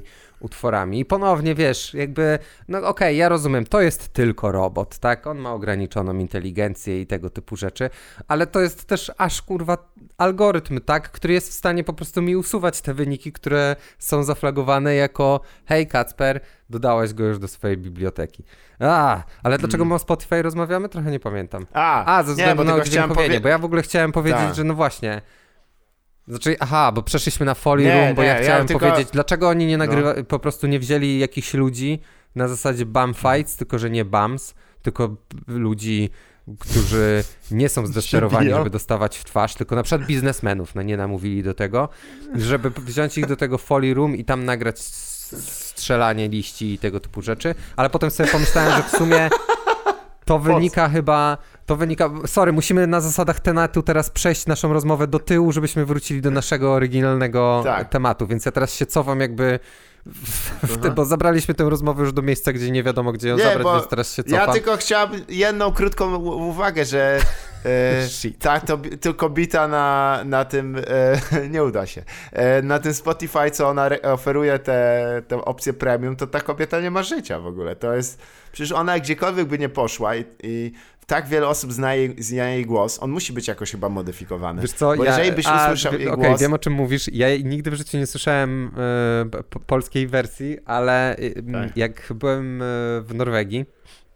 utworami. I ponownie, wiesz, jakby, no okej, ja rozumiem, to jest tylko robot, tak? On ma ograniczoną inteligencję i tego typu rzeczy, ale to jest też aż, kurwa, algorytm, tak? Który jest w stanie po prostu mi usuwać te wyniki, które są zaflagowane jako hej, Kacper, dodałeś go już do swojej biblioteki. Ale dlaczego my o Spotify rozmawiamy? Trochę nie pamiętam. Ze względu na udźwiękowienie, bo ja w ogóle chciałem powiedzieć, że no właśnie... Znaczy, bo przeszliśmy na Folly Room, bo ja chciałem powiedzieć, dlaczego oni nie po prostu nie wzięli jakichś ludzi na zasadzie Bum Fights, tylko że nie Bums, tylko ludzi, którzy nie są zdesperowani, żeby dostawać w twarz, tylko na przykład biznesmenów, nie namówili do tego, żeby wziąć ich do tego Folly Room i tam nagrać strzelanie liści i tego typu rzeczy, ale potem sobie pomyślałem, że w sumie to wynika, musimy na zasadach tematu teraz przejść naszą rozmowę do tyłu, żebyśmy wrócili do naszego oryginalnego tematu, więc ja teraz się cofam jakby, bo zabraliśmy tę rozmowę już do miejsca, gdzie nie wiadomo, gdzie ją zabrać, więc teraz się cofam. Ja tylko chciałem jedną krótką uwagę, że to tylko bita na tym, nie uda się, na tym Spotify, co ona oferuje tę opcję premium, to ta kobieta nie ma życia w ogóle. To jest, przecież ona gdziekolwiek by nie poszła i tak wiele osób zna jej głos, on musi być jakoś chyba modyfikowany. Wiesz co, bo jeżeli byś usłyszał jej głos... wiem, o czym mówisz. Ja nigdy w życiu nie słyszałem polskiej wersji, ale jak byłem w Norwegii,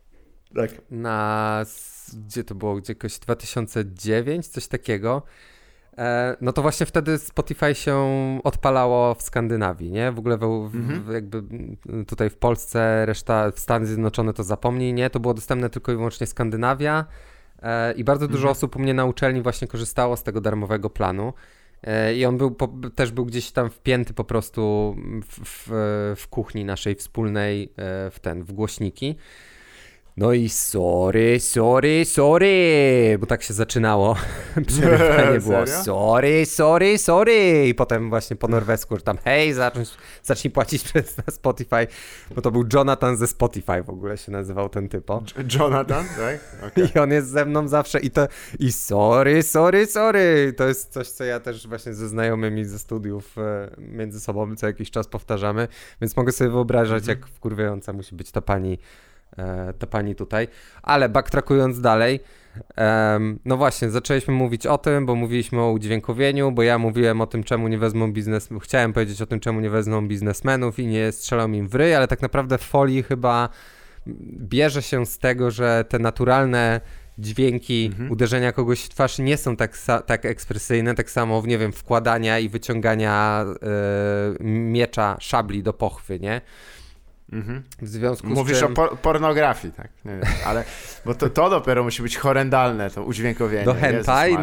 gdzie to było, jakoś 2009, coś takiego, no to właśnie wtedy Spotify się odpalało w Skandynawii, nie? W ogóle jakby tutaj w Polsce, reszta, w Stany Zjednoczone to zapomnij, nie? To było dostępne tylko i wyłącznie Skandynawia i bardzo dużo osób u mnie na uczelni właśnie korzystało z tego darmowego planu i on też był gdzieś tam wpięty po prostu w kuchni naszej wspólnej, w głośniki. No i sorry, bo tak się zaczynało. Przerywanie było sorry. I potem właśnie po norwesku, że tam hej, zacznij płacić przez Spotify, bo to był Jonathan ze Spotify w ogóle się nazywał ten typo. Jonathan, tak? Okay. I on jest ze mną zawsze i sorry. To jest coś, co ja też właśnie ze znajomymi ze studiów między sobą co jakiś czas powtarzamy, więc mogę sobie wyobrażać, jak wkurwiająca musi być ta pani tutaj, ale backtrackując dalej, no właśnie, zaczęliśmy mówić o tym, bo mówiliśmy o udźwiękowieniu, bo ja mówiłem o tym, czemu nie wezmą chciałem powiedzieć o tym, czemu nie wezmą biznesmenów i nie strzelą im w ryj, ale tak naprawdę Foley chyba bierze się z tego, że te naturalne dźwięki uderzenia kogoś w twarz nie są tak ekspresyjne, tak samo, nie wiem, wkładania i wyciągania miecza, szabli do pochwy, nie? W związku Mówisz z czym... o pornografii, tak? Nie wiem, ale bo to dopiero musi być horrendalne, to udźwiękowienie. Do hentai,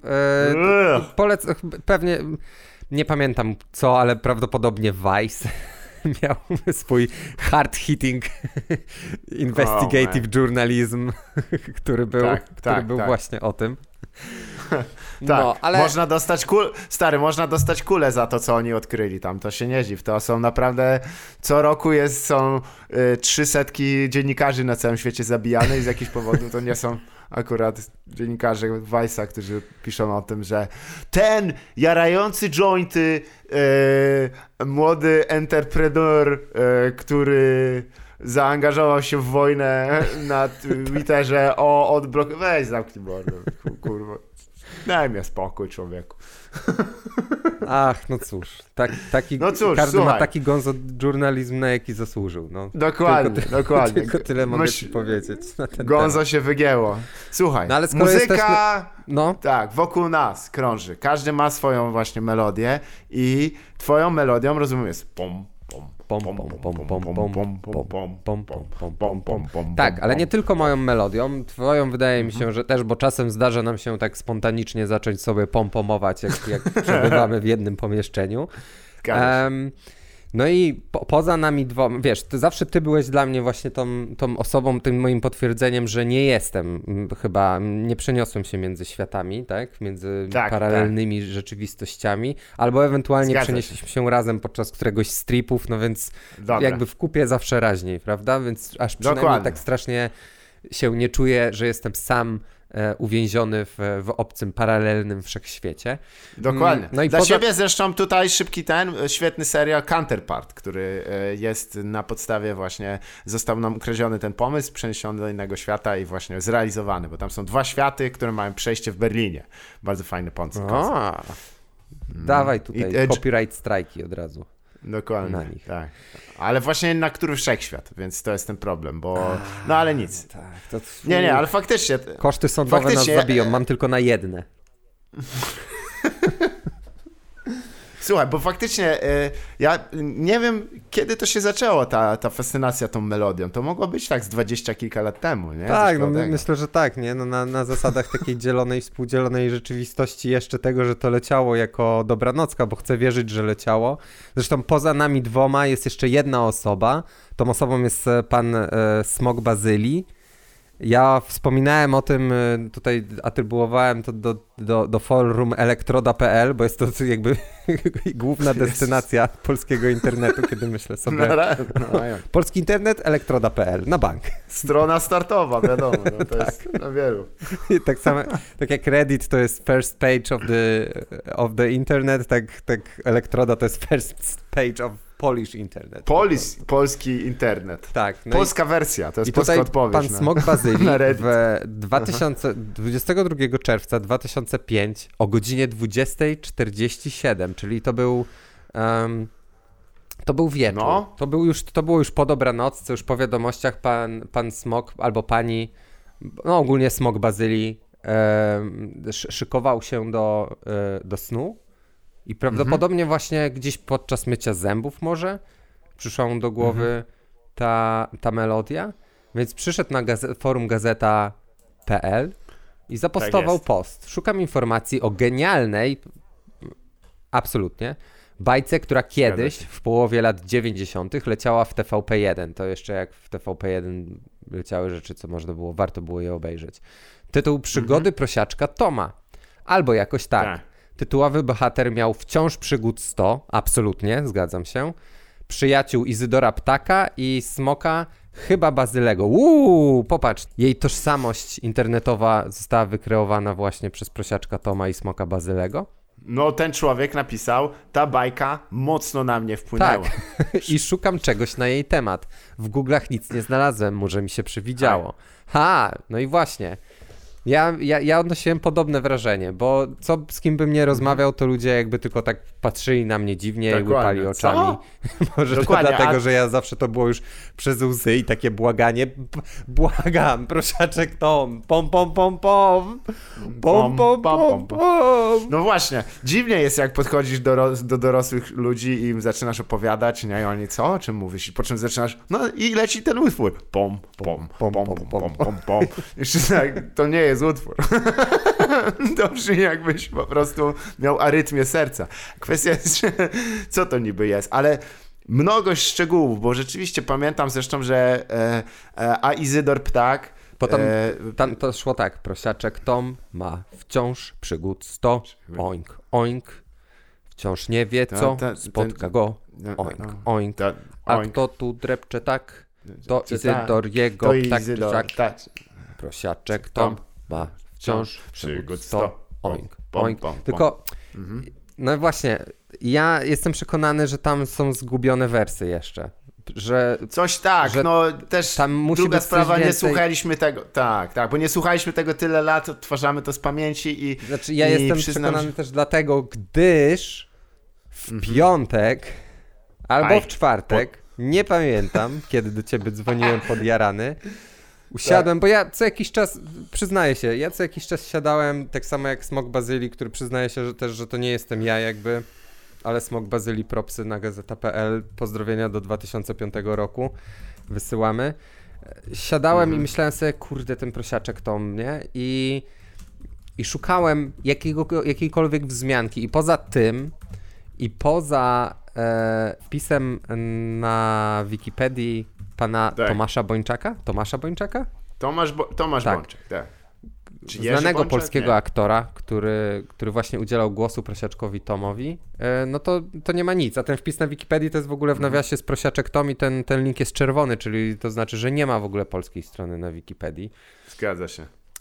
pewnie nie pamiętam co, ale prawdopodobnie Vice miał swój hard-hitting investigative journalism, który był właśnie o tym. Tak, ale... można dostać kulę za to, co oni odkryli tam, to się nie dziw, to są naprawdę, co roku są 300 dziennikarzy na całym świecie zabijane i z jakichś powodów to nie są akurat dziennikarze Vice'a, którzy piszą o tym, że ten jarający jointy młody entrepreneur, który zaangażował się w wojnę na Twitterze weź zamknij mordę, kurwa. Daj mi spokój, człowieku. Ach, no cóż. Każdy ma taki gonzo journalizm, na jaki zasłużył. No. Dokładnie. Tylko tyle mogę ci powiedzieć na ten gonzo temat. się wygięło. Słuchaj, no, ale muzyka tak, wokół nas krąży. Każdy ma swoją właśnie melodię i twoją melodią, rozumiem, jest pom. Tak, ale nie tylko moją melodią, twoją wydaje mi się, że też, bo czasem zdarza nam się tak spontanicznie zacząć sobie pompomować, jak przebywamy w jednym pomieszczeniu. No i poza nami wiesz, zawsze ty byłeś dla mnie właśnie tą osobą, tym moim potwierdzeniem, że nie jestem, chyba nie przeniosłem się między światami, tak? Między paralelnymi rzeczywistościami, albo ewentualnie przenieśliśmy się razem podczas któregoś z tripów, no więc jakby w kupie zawsze raźniej, prawda? Więc aż przynajmniej tak strasznie się nie czuję, że jestem sam uwięziony w obcym, paralelnym wszechświecie. Dokładnie. No i dla ciebie zresztą tutaj świetny serial Counterpart, który jest na podstawie właśnie, został nam ukradziony ten pomysł, przeniesiony do innego świata i właśnie zrealizowany, bo tam są 2 światy, które mają przejście w Berlinie. Bardzo fajny koncept. Dawaj tutaj copyright strajki od razu. Dokładnie, na nich. Tak. Ale właśnie na który wszechświat, więc to jest ten problem, bo... No ale nic. Tak, nie, ale faktycznie... Koszty sądowe nas zabiją, mam tylko na jedne. Słuchaj, bo faktycznie ja nie wiem, kiedy to się zaczęło, ta fascynacja tą melodią. To mogło być tak z 20 kilka lat temu, nie? Tak, no myślę, że tak, nie? No na zasadach takiej dzielonej, współdzielonej rzeczywistości jeszcze tego, że to leciało jako dobranocka, bo chcę wierzyć, że leciało. Zresztą poza nami 2 jest jeszcze jedna osoba. Tą osobą jest pan Smok Bazyli. Ja wspominałem o tym, tutaj atrybuowałem to do forum elektroda.pl, bo jest to jakby główna destynacja polskiego internetu, kiedy myślę sobie... Polski internet, elektroda.pl, na bank. Strona startowa, wiadomo, no to tak. Jest na wielu. I tak samo, tak jak Reddit to jest first page of the internet, tak elektroda to jest first page of Polish internet. Polski internet. Tak. No polska wersja, to jest polska odpowiedź. Pan Smok Bazyli w 22 czerwca 2005 o godzinie 20:47, czyli to był wieczór. No. To było już po dobranocce, już po wiadomościach pan Smok albo pani, no ogólnie Smok Bazyli szykował się do snu. I prawdopodobnie właśnie gdzieś podczas mycia zębów może przyszła mu do głowy ta melodia, więc przyszedł na forum gazeta.pl i zapostował post. Szukam informacji o genialnej, absolutnie, bajce, która kiedyś w połowie lat 90. leciała w TVP1. To jeszcze jak w TVP1 leciały rzeczy, co warto było je obejrzeć. Tytuł Przygody prosiaczka Toma. Albo jakoś tak. Tytułowy bohater miał wciąż przygód 100, absolutnie, zgadzam się. Przyjaciół Izydora Ptaka i Smoka chyba Bazylego. Popatrz, jej tożsamość internetowa została wykreowana właśnie przez prosiaczka Toma i Smoka Bazylego. No ten człowiek napisał, ta bajka mocno na mnie wpłynęła. Tak, i szukam czegoś na jej temat. W Google'ach nic nie znalazłem, może mi się przywidziało. No i właśnie... Ja odnosiłem podobne wrażenie, bo z kim bym nie rozmawiał, to ludzie jakby tylko tak patrzyli na mnie dziwnie i łypali oczami. Może dlatego, że ja zawsze to było już przez łzy i takie błaganie. Błagam, prosiaczek Tom, pom. No właśnie, dziwnie jest jak podchodzisz do dorosłych ludzi i im zaczynasz opowiadać, nie? I oni co? O czym mówisz? I po czym zaczynasz, no i leci ten utwór. Pom. Jeszcze tak, to nie jest utwór. To brzmi jakbyś po prostu miał arytmię serca. Kwestia jest, co to niby jest, ale mnogość szczegółów, bo rzeczywiście pamiętam zresztą, że a Izydor Ptak... Potem tam to szło tak, prosiaczek Tom ma wciąż przygód 100, oink, oink, wciąż nie wie co, spotka go, oink, oink, a kto tu drepcze tak, to Izydor jego ptak, prosiaczek Tom ma wciąż przygód 100, oink, oink. Tylko, no właśnie, ja jestem przekonany, że tam są zgubione wersy jeszcze. Że coś tak, że no też tam musi druga sprawa, nie słuchaliśmy tego, tak, bo nie słuchaliśmy tego tyle lat, odtwarzamy to z pamięci i... Znaczy ja jestem przekonany też dlatego, gdyż w piątek albo w czwartek, nie pamiętam, kiedy do ciebie dzwoniłem podjarany, usiadłem, bo ja co jakiś czas, przyznaję się, siadałem, tak samo jak Smok Bazyli, który przyznaje się, że to nie jestem ja jakby, ale Smok Bazyli, propsy na gazeta.pl, pozdrowienia do 2005 roku wysyłamy. Siadałem i myślałem sobie, kurde, ten prosiaczek Tom, nie? I szukałem jakiejkolwiek wzmianki i poza tym, i poza wpisem na Wikipedii pana Tomasza Bończaka? Tomasz Bończak, tak. Znanego polskiego aktora, który właśnie udzielał głosu prosiaczkowi Tomowi, no to nie ma nic. A ten wpis na Wikipedii to jest w ogóle w nawiasie z prosiaczek Tom i ten link jest czerwony, czyli to znaczy, że nie ma w ogóle polskiej strony na Wikipedii. Zgadza się.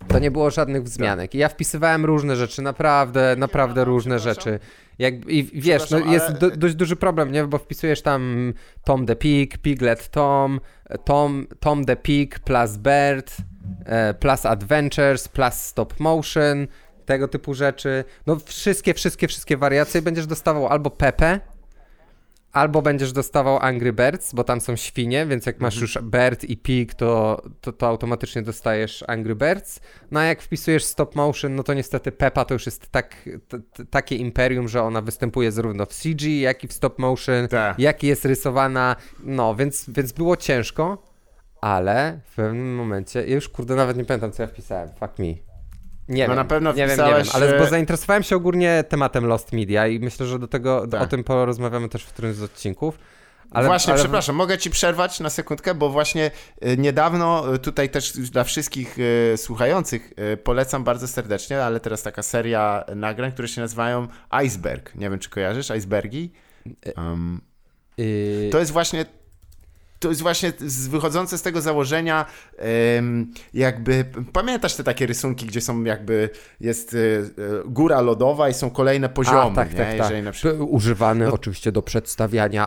To nie było żadnych wzmianek. I ja wpisywałem różne rzeczy, naprawdę różne rzeczy. I wiesz, no jest dość duży problem, nie? Bo wpisujesz tam Tom the Pig, Piglet Tom the Pig plus Bird, plus Adventures, plus Stop Motion, tego typu rzeczy. No wszystkie wariacje będziesz dostawał albo Pepe, albo będziesz dostawał Angry Birds, bo tam są świnie, więc jak masz już Bird i Pig, to automatycznie dostajesz Angry Birds. No a jak wpisujesz Stop Motion, no to niestety Peppa to już jest takie imperium, że ona występuje zarówno w CG, jak i w Stop Motion, jak i jest rysowana. No, więc było ciężko, ale w pewnym momencie, ja już nawet nie pamiętam, co ja wpisałem, fuck me. Nie wiem, na pewno nie wiem, ale bo zainteresowałem się ogólnie tematem Lost Media i myślę, że o tym porozmawiamy też w którymś z odcinków. Ale... Przepraszam, mogę ci przerwać na sekundkę, bo właśnie niedawno tutaj też dla wszystkich słuchających polecam bardzo serdecznie, ale teraz taka seria nagrań, które się nazywają Iceberg. Nie wiem, czy kojarzysz Icebergi? To jest właśnie wychodzące z tego założenia, jakby, pamiętasz te takie rysunki, gdzie są jakby, jest góra lodowa i są kolejne poziomy, tak. Na przykład... Używany oczywiście do przedstawiania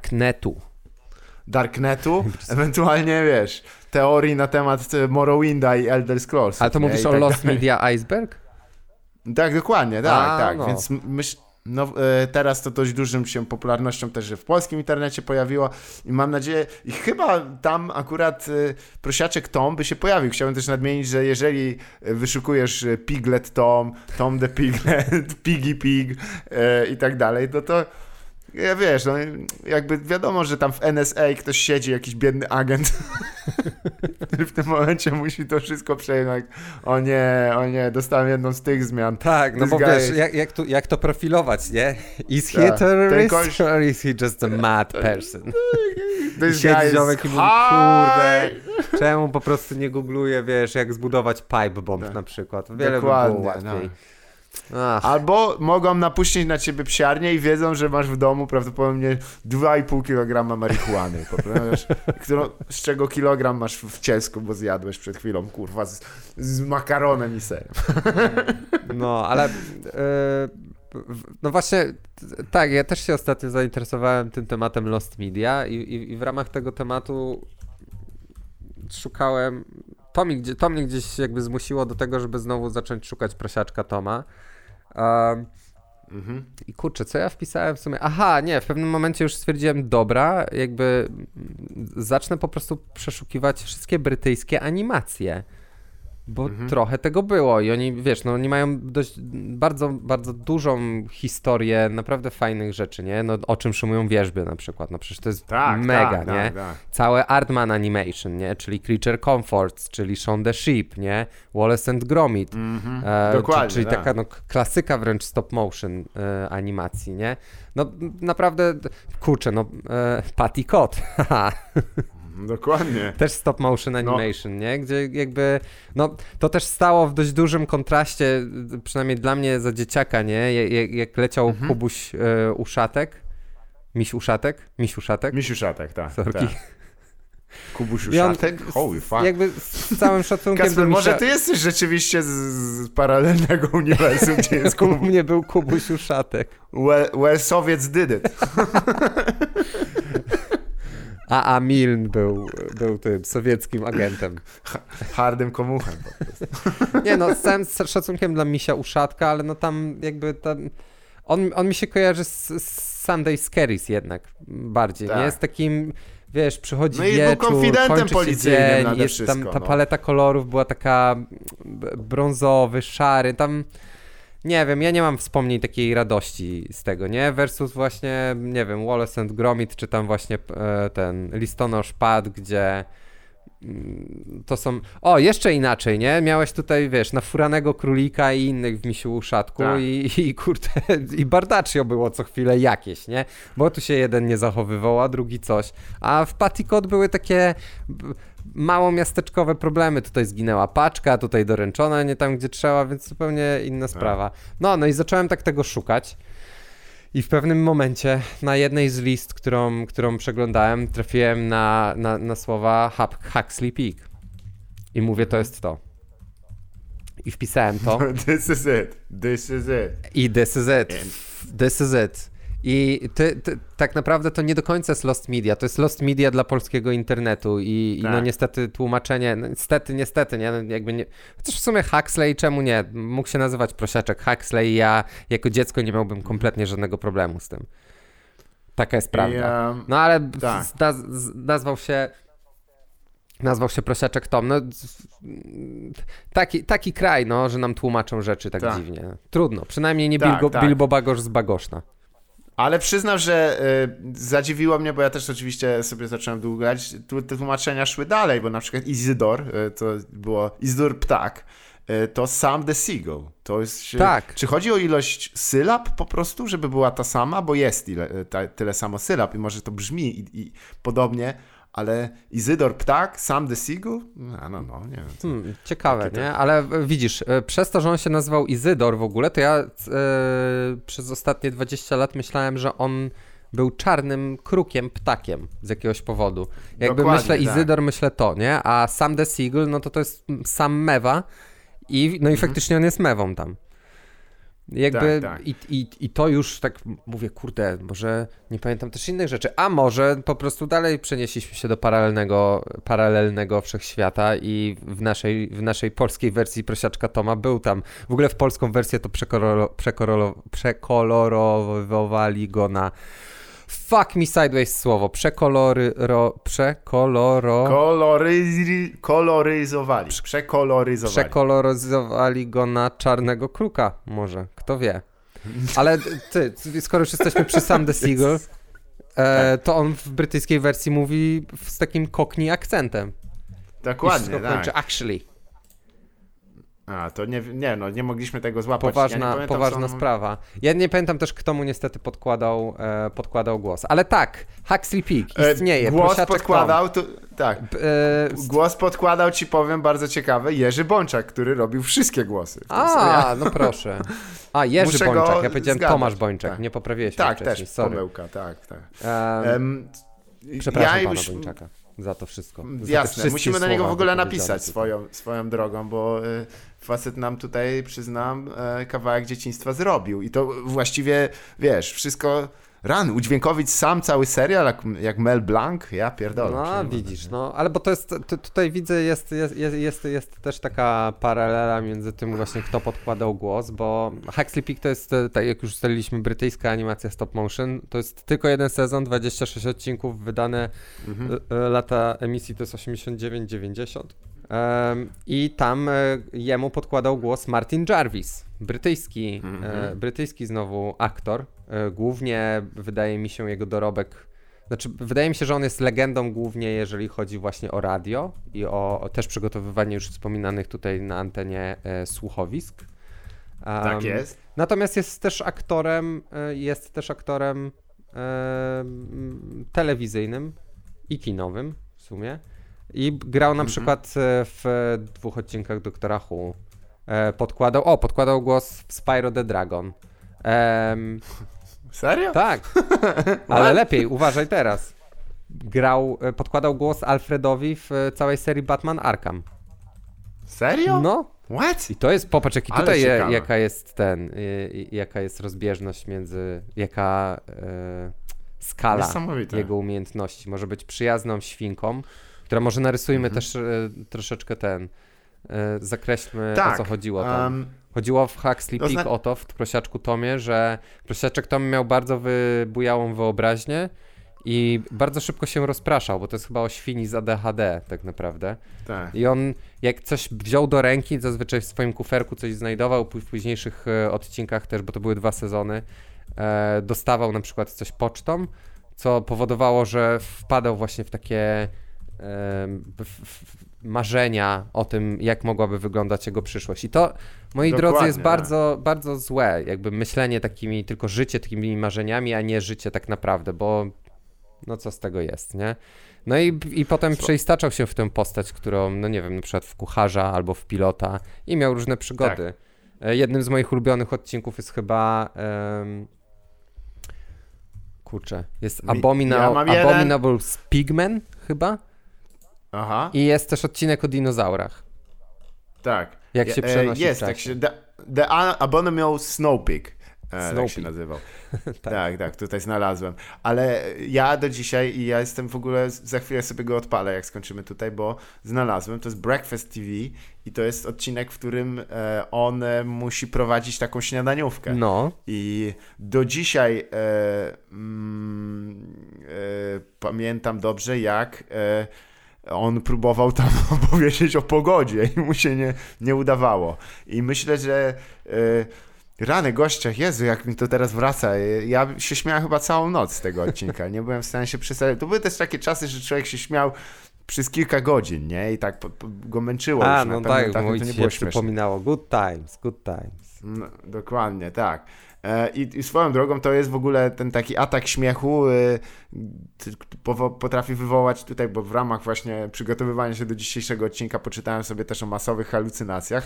Darknetu, ewentualnie wiesz, teorii na temat Morrowinda i Elder Scrolls. Ale to mówisz o Lost Media Iceberg? Tak, dokładnie, tak, no. Więc no, teraz to dość dużym się popularnością też w polskim internecie pojawiło i mam nadzieję, i chyba tam akurat prosiaczek Tom by się pojawił. Chciałbym też nadmienić, że jeżeli wyszukujesz Piglet Tom the Piglet, Piggy Pig i tak dalej, to ja wiesz, no jakby wiadomo, że tam w NSA ktoś siedzi, jakiś biedny agent, który w tym momencie musi to wszystko przejąć. O nie, dostałem jedną z tych zmian. Tak, no bo wiesz, jak to profilować, nie? Is he a terrorist or is he just a mad person? I siedzi ziomek i mówi, kurde, czemu po prostu nie googluje, wiesz, jak zbudować pipe bomb na przykład. Wiele dokładnie, by było łatwiej. Albo mogą napuścić na ciebie psiarnię i wiedzą, że masz w domu prawdopodobnie 2,5 kg marihuany, z czego kilogram masz w cielsku, bo zjadłeś przed chwilą, kurwa, z makaronem i serem. No, ale no właśnie, tak, ja też się ostatnio zainteresowałem tym tematem Lost Media i w ramach tego tematu szukałem, to mnie gdzieś jakby zmusiło do tego, żeby znowu zacząć szukać prosiaczka Toma. I kurczę, co ja wpisałem w sumie? Aha, nie, w pewnym momencie już stwierdziłem, dobra, jakby zacznę po prostu przeszukiwać wszystkie brytyjskie animacje. Bo trochę tego było i oni, wiesz, no oni mają bardzo dużą historię naprawdę fajnych rzeczy, nie? No o czym szymują wierzby na przykład, no przecież to jest mega, nie? Tak. Całe Aardman Animation, nie? Czyli Creature Comforts, czyli Shaun the Sheep, nie? Wallace and Gromit. Dokładnie, czyli taka no, klasyka wręcz stop motion animacji, nie? No naprawdę, kurczę, no Patty Cott, Dokładnie. Też stop motion animation, nie? Gdzie jakby, no to też stało w dość dużym kontraście, przynajmniej dla mnie za dzieciaka, nie? Jak leciał Kubuś Uszatek. Miś Uszatek, tak. Sorki. Tak. Kubuś Uszatek? Holy fuck. Jakby z całym szacunkiem Kasper, może ty jesteś rzeczywiście z paralelnego uniwersum, gdzie jest Kubuś. U mnie był Kubuś Uszatek. Well, Soviets did it. A Milne był tym sowieckim agentem. Hardym komuchem po prostu. Nie no, z całym szacunkiem dla Misia Uszatka, ale no tam jakby on mi się kojarzy z Sunday Scaries jednak bardziej, tak. Nie? Z takim, wiesz, przychodzi wieczór, kończy się dzień, jest tam ta paleta kolorów była taka brązowy, szary, tam nie wiem, ja nie mam wspomnień takiej radości z tego, nie? Versus właśnie, nie wiem, Wallace and Gromit, czy tam właśnie ten Listonosz Pad, gdzie to są... O, jeszcze inaczej, nie? Miałeś tutaj, wiesz, Nafuranego Królika i innych w Misiu Uszatku tak. i kurde, i Bardaccio było co chwilę jakieś, nie? Bo tu się jeden nie zachowywał, a drugi coś. A w Patty Cott były takie małomiasteczkowe problemy. Tutaj zginęła paczka, tutaj doręczona nie tam, gdzie trzeba, więc zupełnie inna sprawa. No i zacząłem tak tego szukać. I w pewnym momencie na jednej z list, którą przeglądałem, trafiłem na słowa Huxley Peak. I mówię, to jest to. I wpisałem to. This is it. This is it. I this is it. This is it. I tak naprawdę to nie do końca jest lost media, to jest lost media dla polskiego internetu i no niestety tłumaczenie, niestety, nie? Jakby nie, chociaż w sumie Huxley, czemu nie? Mógł się nazywać Prosiaczek Huxley i ja jako dziecko nie miałbym kompletnie żadnego problemu z tym. Taka jest prawda. No ale nazwał się Prosiaczek Tom. No, taki kraj, no, że nam tłumaczą rzeczy tak dziwnie. Trudno, przynajmniej nie Bilbo Bagosz z Bagoszna. Ale przyznam, że zadziwiło mnie, bo ja też oczywiście sobie zacząłem długać, te tłumaczenia szły dalej, bo na przykład Izydor, to było Izydor Ptak, to Sam the Seagull. To jest, tak. Czy chodzi o ilość sylab po prostu, żeby była ta sama? Bo jest tyle samo sylab i może to brzmi i podobnie, ale Izydor Ptak, Sam the Seagull? No, nie wiem. Ciekawe, nie? Ale widzisz, przez to, że on się nazywał Izydor w ogóle, to ja przez ostatnie 20 lat myślałem, że on był czarnym krukiem, ptakiem z jakiegoś powodu. Jakby myślę Izydor, myślę to, nie? A Sam the Seagull, no to jest sam mewa i faktycznie on jest mewą tam. Jakby tak. I to już tak mówię, kurde, może nie pamiętam też innych rzeczy, a może po prostu dalej przenieśliśmy się do paralelnego wszechświata i w naszej polskiej wersji Prosiaczka Toma był tam, w ogóle w polską wersję to przekolorowali go na fuck me sideways słowo, przekoloryzowali go na czarnego kruka, może, kto wie. Ale skoro już jesteśmy przy Sam the Seagull, to on w brytyjskiej wersji mówi z takim cockney akcentem. Dokładnie, tak. Actually. To nie mogliśmy tego złapać. Poważna sprawa. Ja nie pamiętam też, kto mu niestety podkładał głos. Ale tak, Huxley Peak istnieje. Głos podkładał, głos podkładał, ci powiem, bardzo ciekawe, Jerzy Bączak, który robił wszystkie głosy. No proszę. Jerzy Bączak, ja powiedziałem Tomasz Bączak, nie poprawiłeś mnie wcześniej, też, sorry. pomyłka, tak. Przepraszam pana Bączaka za to wszystko. Jasne, musimy na niego w ogóle napisać swoją drogą, bo facet nam tutaj, przyznam, kawałek dzieciństwa zrobił i to właściwie, wiesz, wszystko udźwiękowić sam cały serial, jak Mel Blanc, ja pierdolę. No widzisz, ale bo to jest, tutaj widzę, jest też taka paralela między tym właśnie, kto podkładał głos, bo Huxley Peak to jest, tak jak już ustaliliśmy, brytyjska animacja stop motion, to jest tylko jeden sezon, 26 odcinków, wydane lata emisji to jest 89-90. I tam jemu podkładał głos Martin Jarvis, brytyjski znowu aktor. Głównie wydaje mi się jego dorobek, wydaje mi się, że on jest legendą głównie, jeżeli chodzi właśnie o radio i o też przygotowywanie już wspominanych tutaj na antenie słuchowisk. Tak jest. Natomiast jest też aktorem telewizyjnym i kinowym w sumie. I grał na przykład w 2 odcinkach Doktora Who. Podkładał głos w Spyro the Dragon. Serio? Tak, ale lepiej, uważaj teraz. Podkładał głos Alfredowi w całej serii Batman Arkham. Serio? No. What? I to jest, popatrz, jaka jest rozbieżność między, jaka skala jego umiejętności. Może być przyjazną świnką, która może narysujmy też troszeczkę zakreślmy, o co chodziło tam. Chodziło w Huxley Peak o to, w Prosiaczku Tomie, że Prosiaczek Tom miał bardzo wybujałą wyobraźnię i bardzo szybko się rozpraszał, bo to jest chyba o świni z ADHD tak naprawdę. Tak. I on jak coś wziął do ręki, zazwyczaj w swoim kuferku coś znajdował, w późniejszych odcinkach też, bo to były 2 sezony, dostawał na przykład coś pocztą, co powodowało, że wpadał właśnie w takie marzenia o tym, jak mogłaby wyglądać jego przyszłość. I to, moi drodzy, jest bardzo, bardzo złe, jakby myślenie tylko życie takimi marzeniami, a nie życie tak naprawdę, bo no co z tego jest, nie? No i potem przeistaczał się w tę postać, którą, no nie wiem, na przykład w kucharza albo w pilota i miał różne przygody. Tak. Jednym z moich ulubionych odcinków jest chyba jest Abominable Pigmen chyba. Aha. I jest też odcinek o dinozaurach. Tak. Jak się przenosi jest, tak się... The Abominable Snowpeak. Tak się nazywał. tak, tutaj znalazłem. Ale ja do dzisiaj i ja jestem w ogóle, za chwilę sobie go odpalę, jak skończymy tutaj, bo znalazłem, to jest Breakfast TV i to jest odcinek, w którym on musi prowadzić taką śniadaniówkę. No. I do dzisiaj pamiętam dobrze, jak on próbował tam opowiedzieć o pogodzie i mu się nie udawało. I myślę, że rany gościa, Jezu, jak mi to teraz wraca. Ja się śmiałem chyba całą noc z tego odcinka. Nie byłem w stanie się przestawić. To były też takie czasy, że człowiek się śmiał przez kilka godzin, nie? I tak go męczyło. No tak, to nie było przypominało. Good times. No, dokładnie, tak. I swoją drogą to jest w ogóle ten taki atak śmiechu potrafi wywołać tutaj, bo w ramach właśnie przygotowywania się do dzisiejszego odcinka poczytałem sobie też o masowych halucynacjach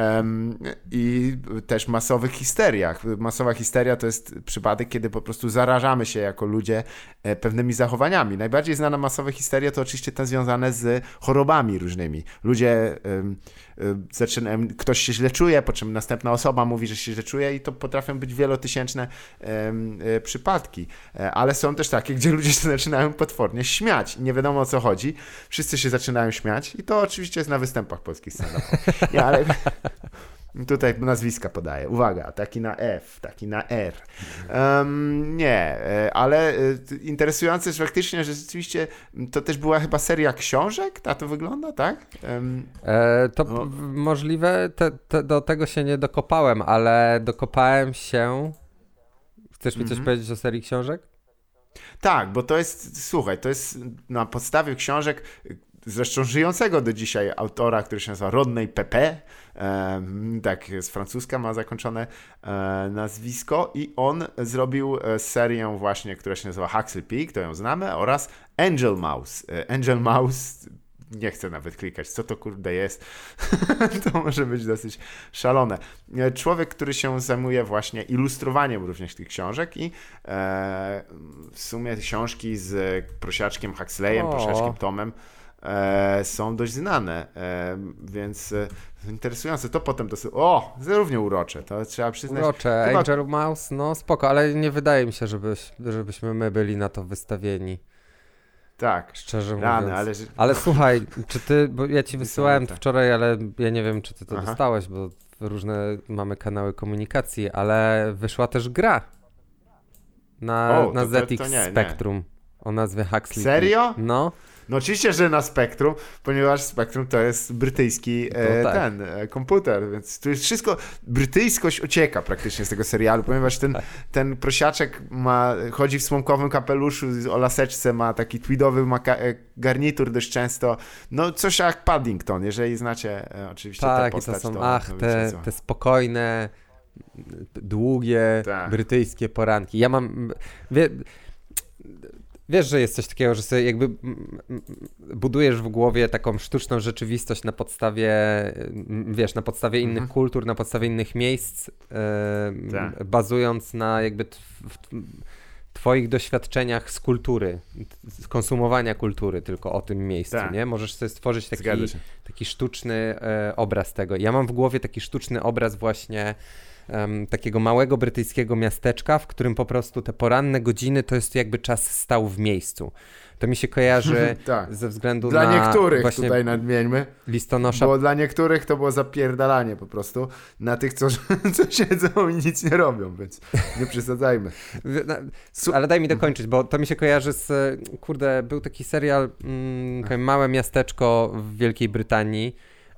i też masowych histeriach. Masowa histeria to jest przypadek, kiedy po prostu zarażamy się jako ludzie pewnymi zachowaniami. Najbardziej znana masowa histeria to oczywiście te związane z chorobami różnymi. Ludzie ktoś się źle czuje, po czym następna osoba mówi, że się źle czuje i to potrafią być wielotysięczne przypadki. Ale są też takie, gdzie ludzie się zaczynają potwornie śmiać. Nie wiadomo o co chodzi. Wszyscy się zaczynają śmiać i to oczywiście jest na występach polskich stand-upowych. Nie, ale tutaj nazwiska podaję. Uwaga, taki na F, taki na R. Ale interesujące jest faktycznie, że rzeczywiście to też była chyba seria książek? Tak to wygląda, tak? Możliwe, do tego się nie dokopałem, ale dokopałem się... Chcesz mi coś powiedzieć o serii książek? Tak, bo to jest, słuchaj, to jest na podstawie książek zresztą żyjącego do dzisiaj autora, który się nazywa Rodney Pepe, tak z francuska ma zakończone nazwisko i on zrobił serię właśnie, która się nazywa Huxley Peak, to ją znamy, oraz Angel Mouse. Angel Mouse, nie chcę nawet klikać, co to kurde jest, to może być dosyć szalone. Człowiek, który się zajmuje właśnie ilustrowaniem również tych książek i w sumie książki z prosiaczkiem Huxleyem, prosiaczkiem Tomem są dość znane, więc interesujące. To potem dosyć... równie urocze, to trzeba przyznać. Urocze, chyba... Angel Mouse, no spoko, ale nie wydaje mi się, żebyśmy my byli na to wystawieni. Tak. Szczerze mówiąc. Ale słuchaj, czy ty, bo ja ci wysyłałem to wczoraj, ale ja nie wiem, czy ty to dostałeś, bo różne mamy kanały komunikacji, ale wyszła też gra na ZX Spectrum o nazwie Huxley. Serio? No. No oczywiście, że na Spectrum, ponieważ Spectrum to jest brytyjski komputer, więc tu jest wszystko, brytyjskość ucieka praktycznie z tego serialu, ponieważ ten prosiaczek chodzi w słomkowym kapeluszu o laseczce, ma taki tweedowy garnitur dość często, no coś jak Paddington, jeżeli znacie oczywiście tę postać. Tak, te spokojne, długie, brytyjskie poranki. Ja mam... Wiesz, że jest coś takiego, że sobie jakby budujesz w głowie taką sztuczną rzeczywistość na podstawie, na podstawie innych kultur, na podstawie innych miejsc, bazując na jakby twoich doświadczeniach z kultury, z konsumowania kultury tylko o tym miejscu, nie? Możesz sobie stworzyć taki sztuczny obraz tego. Ja mam w głowie taki sztuczny obraz właśnie takiego małego brytyjskiego miasteczka, w którym po prostu te poranne godziny to jest jakby czas stał w miejscu. To mi się kojarzy ze względu dla na... Dla niektórych tutaj nadmieńmy. Listonosza... Bo dla niektórych to było zapierdalanie po prostu na tych, co siedzą i nic nie robią, więc nie przesadzajmy. Ale daj mi dokończyć, bo to mi się kojarzy z... Kurde, był taki serial Małe miasteczko w Wielkiej Brytanii.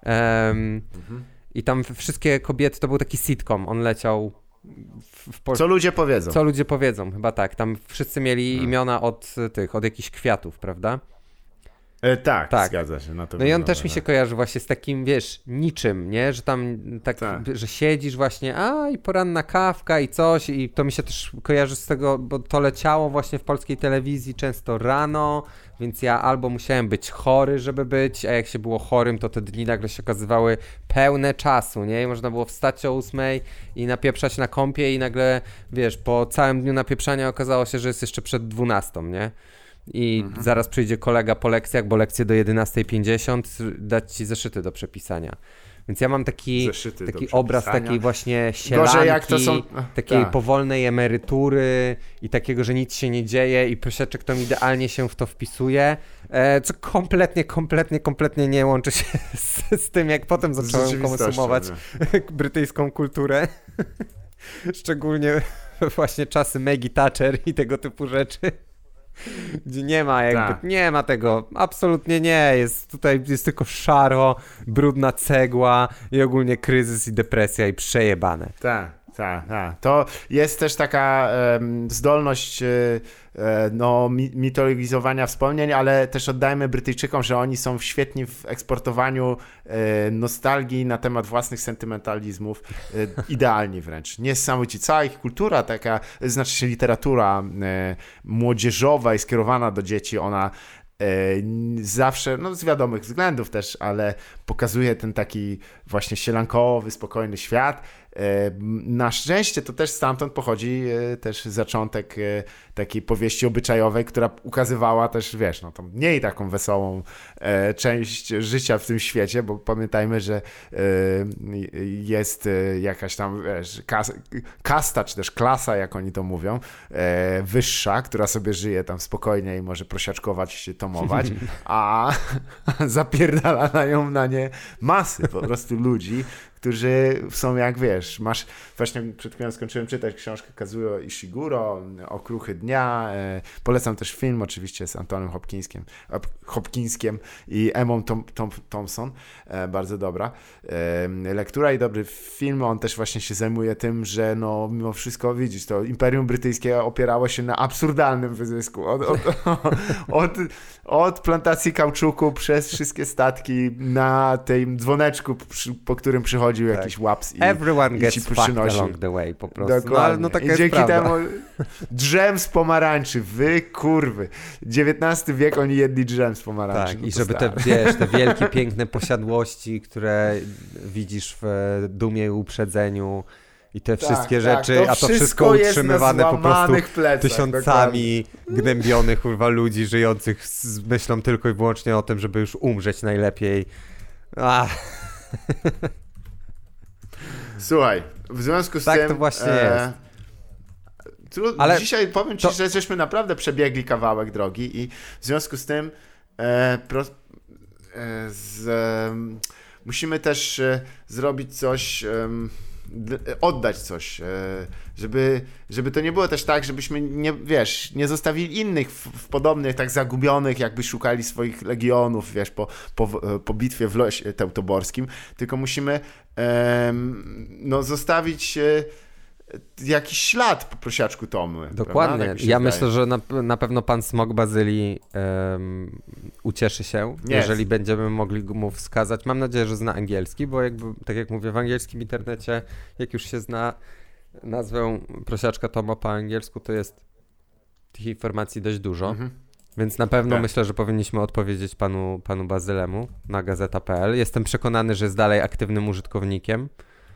I tam wszystkie kobiety, to był taki sitcom, on leciał w Polsce. Co ludzie powiedzą. Co ludzie powiedzą, chyba tak. Tam wszyscy mieli imiona od jakichś kwiatów, prawda? Tak, zgadza się. No i on też mi się kojarzy właśnie z takim, niczym, nie? Że tam że siedzisz właśnie, i poranna kawka i coś i to mi się też kojarzy z tego, bo to leciało właśnie w polskiej telewizji często rano, więc ja albo musiałem być chory, żeby być, a jak się było chorym, to te dni nagle się okazywały pełne czasu, nie? I można było wstać o 8 i napieprzać na kąpie i nagle, po całym dniu napieprzania okazało się, że jest jeszcze przed 12, nie? I zaraz przyjdzie kolega po lekcjach, bo lekcje do 11:50, dać ci zeszyty do przepisania. Więc ja mam taki obraz takiej właśnie sielanki, takiej powolnej emerytury i takiego, że nic się nie dzieje i Prosiaczek tam idealnie się w to wpisuje, co kompletnie nie łączy się z tym, jak potem zacząłem konsumować brytyjską kulturę. Szczególnie właśnie czasy Maggie Thatcher i tego typu rzeczy. Gdzie nie ma tego, absolutnie nie, tutaj jest tylko szaro, brudna cegła i ogólnie kryzys i depresja i przejebane. Tak. To jest też taka zdolność mitologizowania wspomnień, ale też oddajmy Brytyjczykom, że oni są świetni w eksportowaniu nostalgii na temat własnych sentymentalizmów, idealni wręcz. Niesamowicie. Cała ich kultura taka, znaczy się literatura młodzieżowa i skierowana do dzieci, ona zawsze, z wiadomych względów też, ale pokazuje ten taki właśnie sielankowy, spokojny świat. Na szczęście to też stamtąd pochodzi też zaczątek takiej powieści obyczajowej, która ukazywała też, tą mniej taką wesołą część życia w tym świecie, bo pamiętajmy, że jest jakaś tam kasta, czy też klasa, jak oni to mówią, wyższa, która sobie żyje tam spokojnie i może prosiaczkować, tomować, a zapierdalają na nie masy po prostu ludzi, którzy są jak właśnie przed chwilą skończyłem czytać książkę Kazuo Ishiguro, Okruchy dnia, polecam też film oczywiście z Antonem Hopkinskiem i Emmą Thompson, bardzo dobra lektura i dobry film, on też właśnie się zajmuje tym, że mimo wszystko widzisz, to Imperium Brytyjskie opierało się na absurdalnym wyzysku, od plantacji kauczuku przez wszystkie statki na tym dzwoneczku, po którym przychodził jakiś łaps Everyone ci przynosił along the way po prostu. Dokładnie. Taka i dzięki prawda. temu drzem z pomarańczy, wy kurwy. XIX wiek oni jedli drzem z pomarańczy. Tak, i żeby te wielkie, piękne posiadłości, które widzisz w dumie i uprzedzeniu i te wszystkie rzeczy, a to wszystko utrzymywane po prostu tysiącami gnębionych ludzi żyjących z myślą tylko i wyłącznie o tym, żeby już umrzeć najlepiej. Słuchaj, w związku z tym... Tak to właśnie jest. Ale dzisiaj powiem ci, że żeśmy naprawdę przebiegli kawałek drogi i w związku z tym musimy też zrobić coś, oddać coś, żeby to nie było też tak, żebyśmy nie zostawili innych w podobnych, tak zagubionych, jakby szukali swoich legionów, po bitwie w Lesie Teutoborskim, tylko musimy zostawić jakiś ślad po Prosiaczku Tomy. Dokładnie. Tak ja myślę, że na pewno pan Smok Bazylii ucieszy się, jeżeli będziemy mogli mu wskazać. Mam nadzieję, że zna angielski, bo tak jak mówię, w angielskim internecie, jak już się zna nazwę Prosiaczka Toma po angielsku, to jest tych informacji dość dużo. Więc na pewno myślę, że powinniśmy odpowiedzieć panu Bazylemu na gazeta.pl. Jestem przekonany, że jest dalej aktywnym użytkownikiem.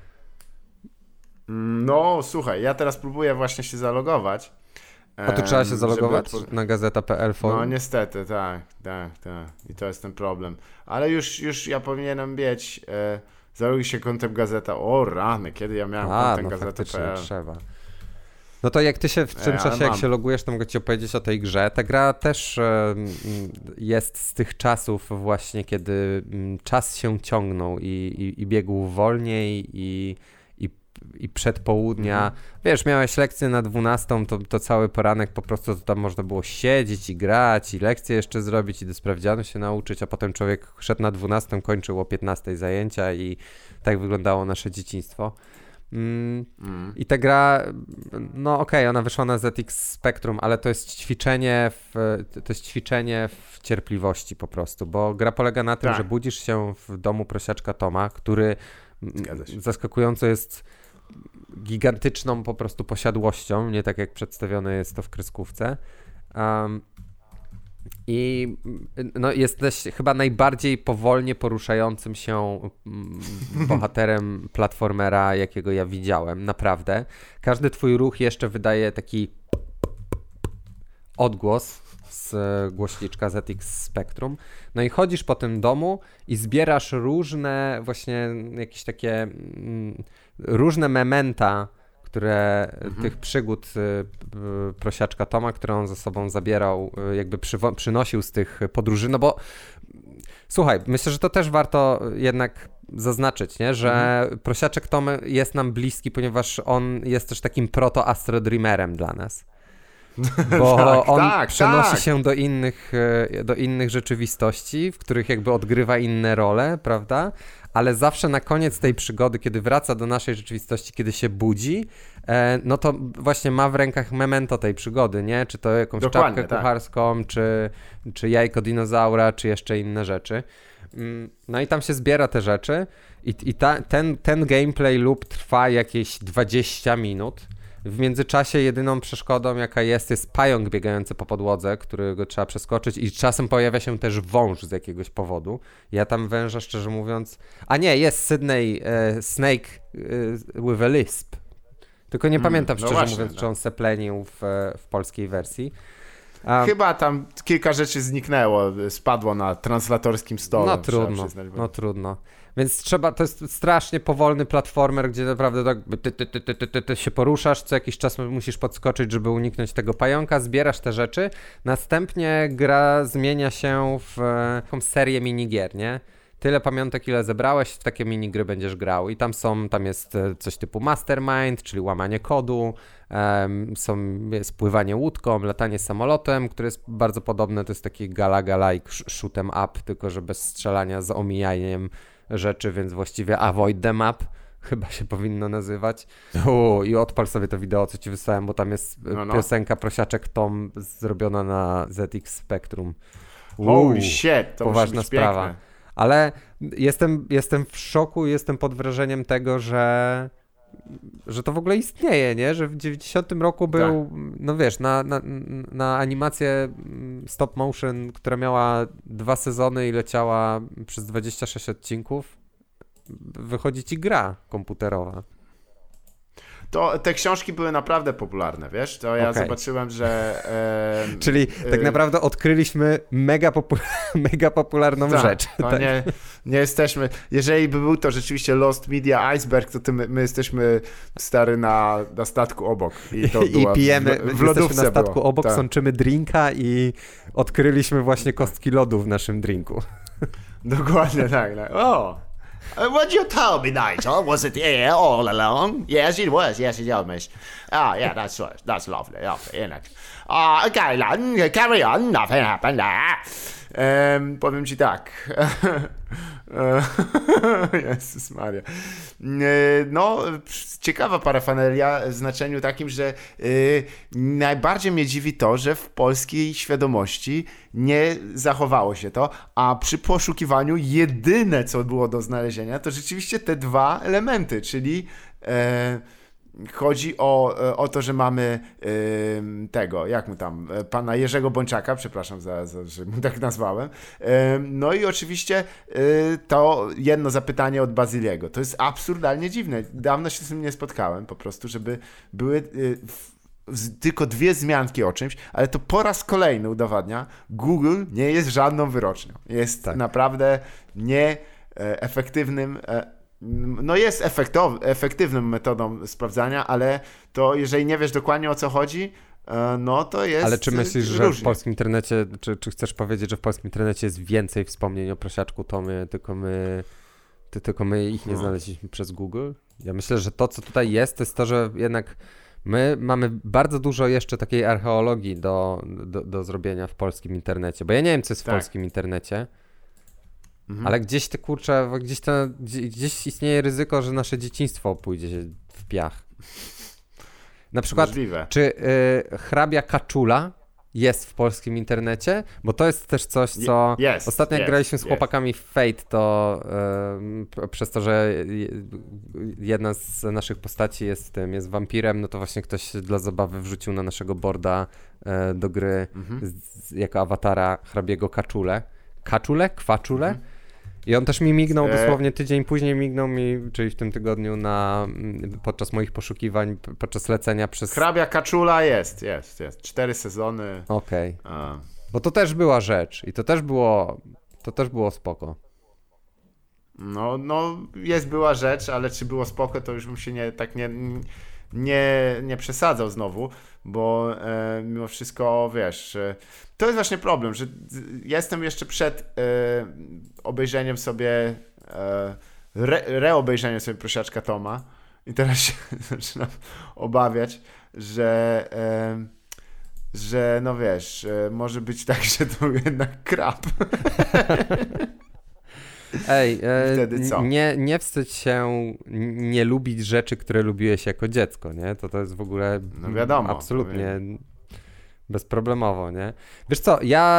Słuchaj, ja teraz próbuję właśnie się zalogować. A tu trzeba się zalogować na gazeta.pl forum? Niestety, tak. I to jest ten problem. Ale już ja powinienem mieć... Zaloguj się kontem gazeta. O rany, kiedy ja miałem kontem gazeta.pl. Trzeba. No to jak ty się w tym czasie, jak się logujesz, to mogę ci opowiedzieć o tej grze. Ta gra też jest z tych czasów właśnie, kiedy czas się ciągnął i biegł wolniej i przed południa. Wiesz, miałeś lekcję na 12, to cały poranek po prostu tam można było siedzieć i grać i lekcje jeszcze zrobić i do sprawdzianu się nauczyć, a potem człowiek szedł na 12, kończył o 15 zajęcia i tak wyglądało nasze dzieciństwo. I ta gra, ona wyszła na ZX Spectrum, ale to jest ćwiczenie w cierpliwości po prostu, bo gra polega na tym, że budzisz się w domu Prosiaczka Toma, który zaskakująco jest gigantyczną po prostu posiadłością, nie tak jak przedstawione jest to w kreskówce. I jesteś chyba najbardziej powolnie poruszającym się bohaterem platformera, jakiego ja widziałem, naprawdę. Każdy twój ruch jeszcze wydaje taki odgłos, z głośniczka ZX Spectrum. No i chodzisz po tym domu i zbierasz różne właśnie jakieś takie różne mementa, które tych przygód prosiaczka Toma, które on ze sobą zabierał, jakby przynosił z tych podróży, no bo słuchaj, myślę, że to też warto jednak zaznaczyć, nie? Że prosiaczek Tom jest nam bliski, ponieważ on jest też takim proto-Astro Dreamerem dla nas. Bo on przenosi się do innych rzeczywistości, w których jakby odgrywa inne role, prawda? Ale zawsze na koniec tej przygody, kiedy wraca do naszej rzeczywistości, kiedy się budzi, no to właśnie ma w rękach memento tej przygody, nie? Czy to jakąś czapkę kucharską, czy jajko dinozaura, czy jeszcze inne rzeczy. No i tam się zbiera te rzeczy i ten gameplay loop trwa jakieś 20 minut. W międzyczasie jedyną przeszkodą, jaka jest pająk biegający po podłodze, którego trzeba przeskoczyć i czasem pojawia się też wąż z jakiegoś powodu. Ja tam węża, szczerze mówiąc... A nie, jest Sydney Snake with a lisp. Tylko nie pamiętam, szczerze mówiąc, czy on seplenił w polskiej wersji. Chyba tam kilka rzeczy zniknęło, spadło na translatorskim stole. No trudno. Więc to jest strasznie powolny platformer, gdzie naprawdę tak ty się poruszasz, co jakiś czas musisz podskoczyć, żeby uniknąć tego pająka, zbierasz te rzeczy, następnie gra zmienia się w taką serię minigier, nie? Tyle pamiątek, ile zebrałeś, w takie minigry będziesz grał i tam jest coś typu mastermind, czyli łamanie kodu, jest pływanie łódką, latanie samolotem, które jest bardzo podobne, to jest taki Galaga-like shoot'em up, tylko że bez strzelania, z omijaniem rzeczy, więc właściwie avoid the map chyba się powinno nazywać. I odpal sobie to wideo, co ci wysłałem, bo tam jest piosenka Prosiaczek Tom zrobiona na ZX Spectrum. Holy shit, to poważna sprawa. Piękne. Ale jestem w szoku, jestem pod wrażeniem tego, że to w ogóle istnieje, nie? Że w 90 roku był, no wiesz, na animację stop motion, która miała 2 sezony i leciała przez 26 odcinków, wychodzi ci gra komputerowa. To te książki były naprawdę popularne, wiesz? To ja zobaczyłem, że... Czyli tak naprawdę odkryliśmy mega popularną rzecz. To tak. Nie jesteśmy... Jeżeli by był to rzeczywiście Lost Media Iceberg, to my jesteśmy stary na statku obok. I pijemy, w lodówce na statku było. Obok, sączymy drinka i odkryliśmy właśnie kostki lodu w naszym drinku. Dokładnie tak. What you told me, Nigel? Was it here all along? Yes, it was. Yes, it was. Oh, yeah, that's lovely, isn't it? Okay, then, carry on. Nothing happened there. Powiem ci tak. Jezus Maria. No, ciekawa parafanelia w znaczeniu takim, że najbardziej mnie dziwi to, że w polskiej świadomości nie zachowało się to, a przy poszukiwaniu jedyne, co było do znalezienia, to rzeczywiście te 2 elementy, czyli chodzi o to, że mamy tego, jak mu tam, pana Jerzego Bończaka, przepraszam, że mu tak nazwałem. No i oczywiście to jedno zapytanie od Bazyliego. To jest absurdalnie dziwne. Dawno się z tym nie spotkałem po prostu, żeby były tylko 2 wzmianki o czymś, ale to po raz kolejny udowadnia, Google nie jest żadną wyrocznią. Jest naprawdę nieefektywnym jest efektywną metodą sprawdzania, ale to jeżeli nie wiesz dokładnie, o co chodzi, no to jest. Ale czy myślisz, że w polskim internecie, czy chcesz powiedzieć, że w polskim internecie jest więcej wspomnień o prosiaczku Tomie, tylko my ich nie znaleźliśmy przez Google? Ja myślę, że to, co tutaj jest, to jest to, że jednak my mamy bardzo dużo jeszcze takiej archeologii do zrobienia w polskim internecie, bo ja nie wiem, co jest w polskim internecie. Ale gdzieś gdzieś istnieje ryzyko, że nasze dzieciństwo pójdzie się w piach. Na przykład, czy hrabia Kaczula jest w polskim internecie? Bo to jest też coś, co... Ostatnio jak graliśmy z chłopakami w Fate, to przez to, że jedna z naszych postaci jest wampirem, no to właśnie ktoś dla zabawy wrzucił na naszego boarda do gry jako awatara hrabiego Kaczulę. Kwaczule? I on też mi mignął dosłownie tydzień później, czyli w tym tygodniu podczas moich poszukiwań, podczas lecenia przez... Hrabia Kaczula jest. 4 sezony. Okej. Bo to też była rzecz i to też było spoko. No, była rzecz, ale czy było spoko, to już bym się nie przesadzał znowu, bo mimo wszystko, wiesz, to jest właśnie problem, że jestem jeszcze przed obejrzeniem sobie, reobejrzeniem sobie Prosiaczka Toma i teraz się zaczynam obawiać, że no wiesz, może być tak, że to jednak krap. Ej, wtedy co? Nie wstydź się nie lubić rzeczy, które lubiłeś jako dziecko, nie? To jest w ogóle wiadomo, absolutnie bezproblemowo, nie? Wiesz co,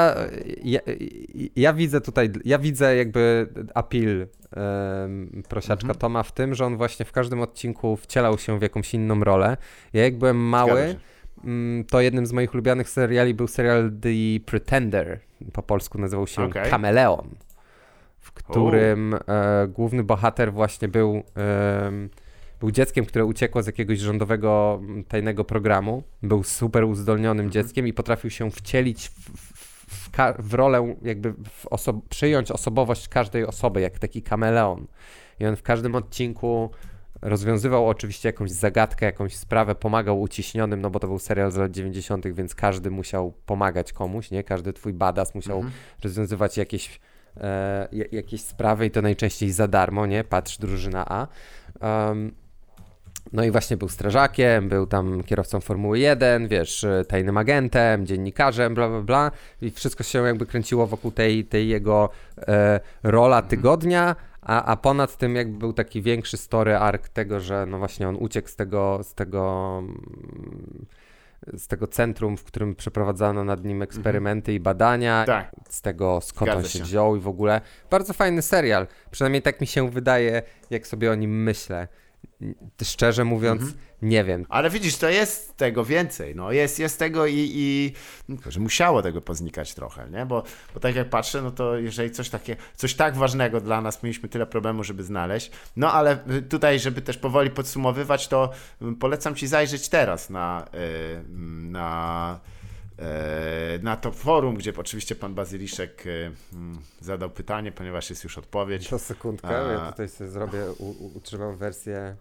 ja widzę tutaj, jakby appeal Prosiaczka Toma w tym, że on właśnie w każdym odcinku wcielał się w jakąś inną rolę. Ja jak byłem mały, to jednym z moich ulubionych seriali był serial The Pretender, po polsku nazywał się Kameleon, w którym główny bohater właśnie był dzieckiem, które uciekło z jakiegoś rządowego tajnego programu. Był super uzdolnionym dzieckiem i potrafił się wcielić w rolę, jakby przyjąć osobowość każdej osoby, jak taki kameleon. I on w każdym odcinku rozwiązywał oczywiście jakąś zagadkę, jakąś sprawę, pomagał uciśnionym, no bo to był serial z lat 90., więc każdy musiał pomagać komuś, nie? Każdy twój badass musiał rozwiązywać jakieś sprawy i to najczęściej za darmo, nie? Patrz, drużyna A. No i właśnie był strażakiem, był tam kierowcą Formuły 1, wiesz, tajnym agentem, dziennikarzem, bla, bla, bla. I wszystko się jakby kręciło wokół tej jego rola tygodnia, a ponad tym jakby był taki większy story arc tego, że no właśnie on uciekł z tego centrum, w którym przeprowadzano nad nim eksperymenty i badania, z tego skąd on się wziął i w ogóle. Bardzo fajny serial, przynajmniej tak mi się wydaje, jak sobie o nim myślę. Szczerze mówiąc, nie wiem. Ale widzisz, to jest tego więcej, no jest tego i że musiało tego poznikać trochę, nie? Bo tak jak patrzę, no to jeżeli coś tak ważnego dla nas, mieliśmy tyle problemu, żeby znaleźć, no ale tutaj, żeby też powoli podsumowywać, to polecam ci zajrzeć teraz na to forum, gdzie oczywiście pan Bazyliszek zadał pytanie, ponieważ jest już odpowiedź. To sekundkę, ja tutaj sobie zrobię, utrzymam wersję.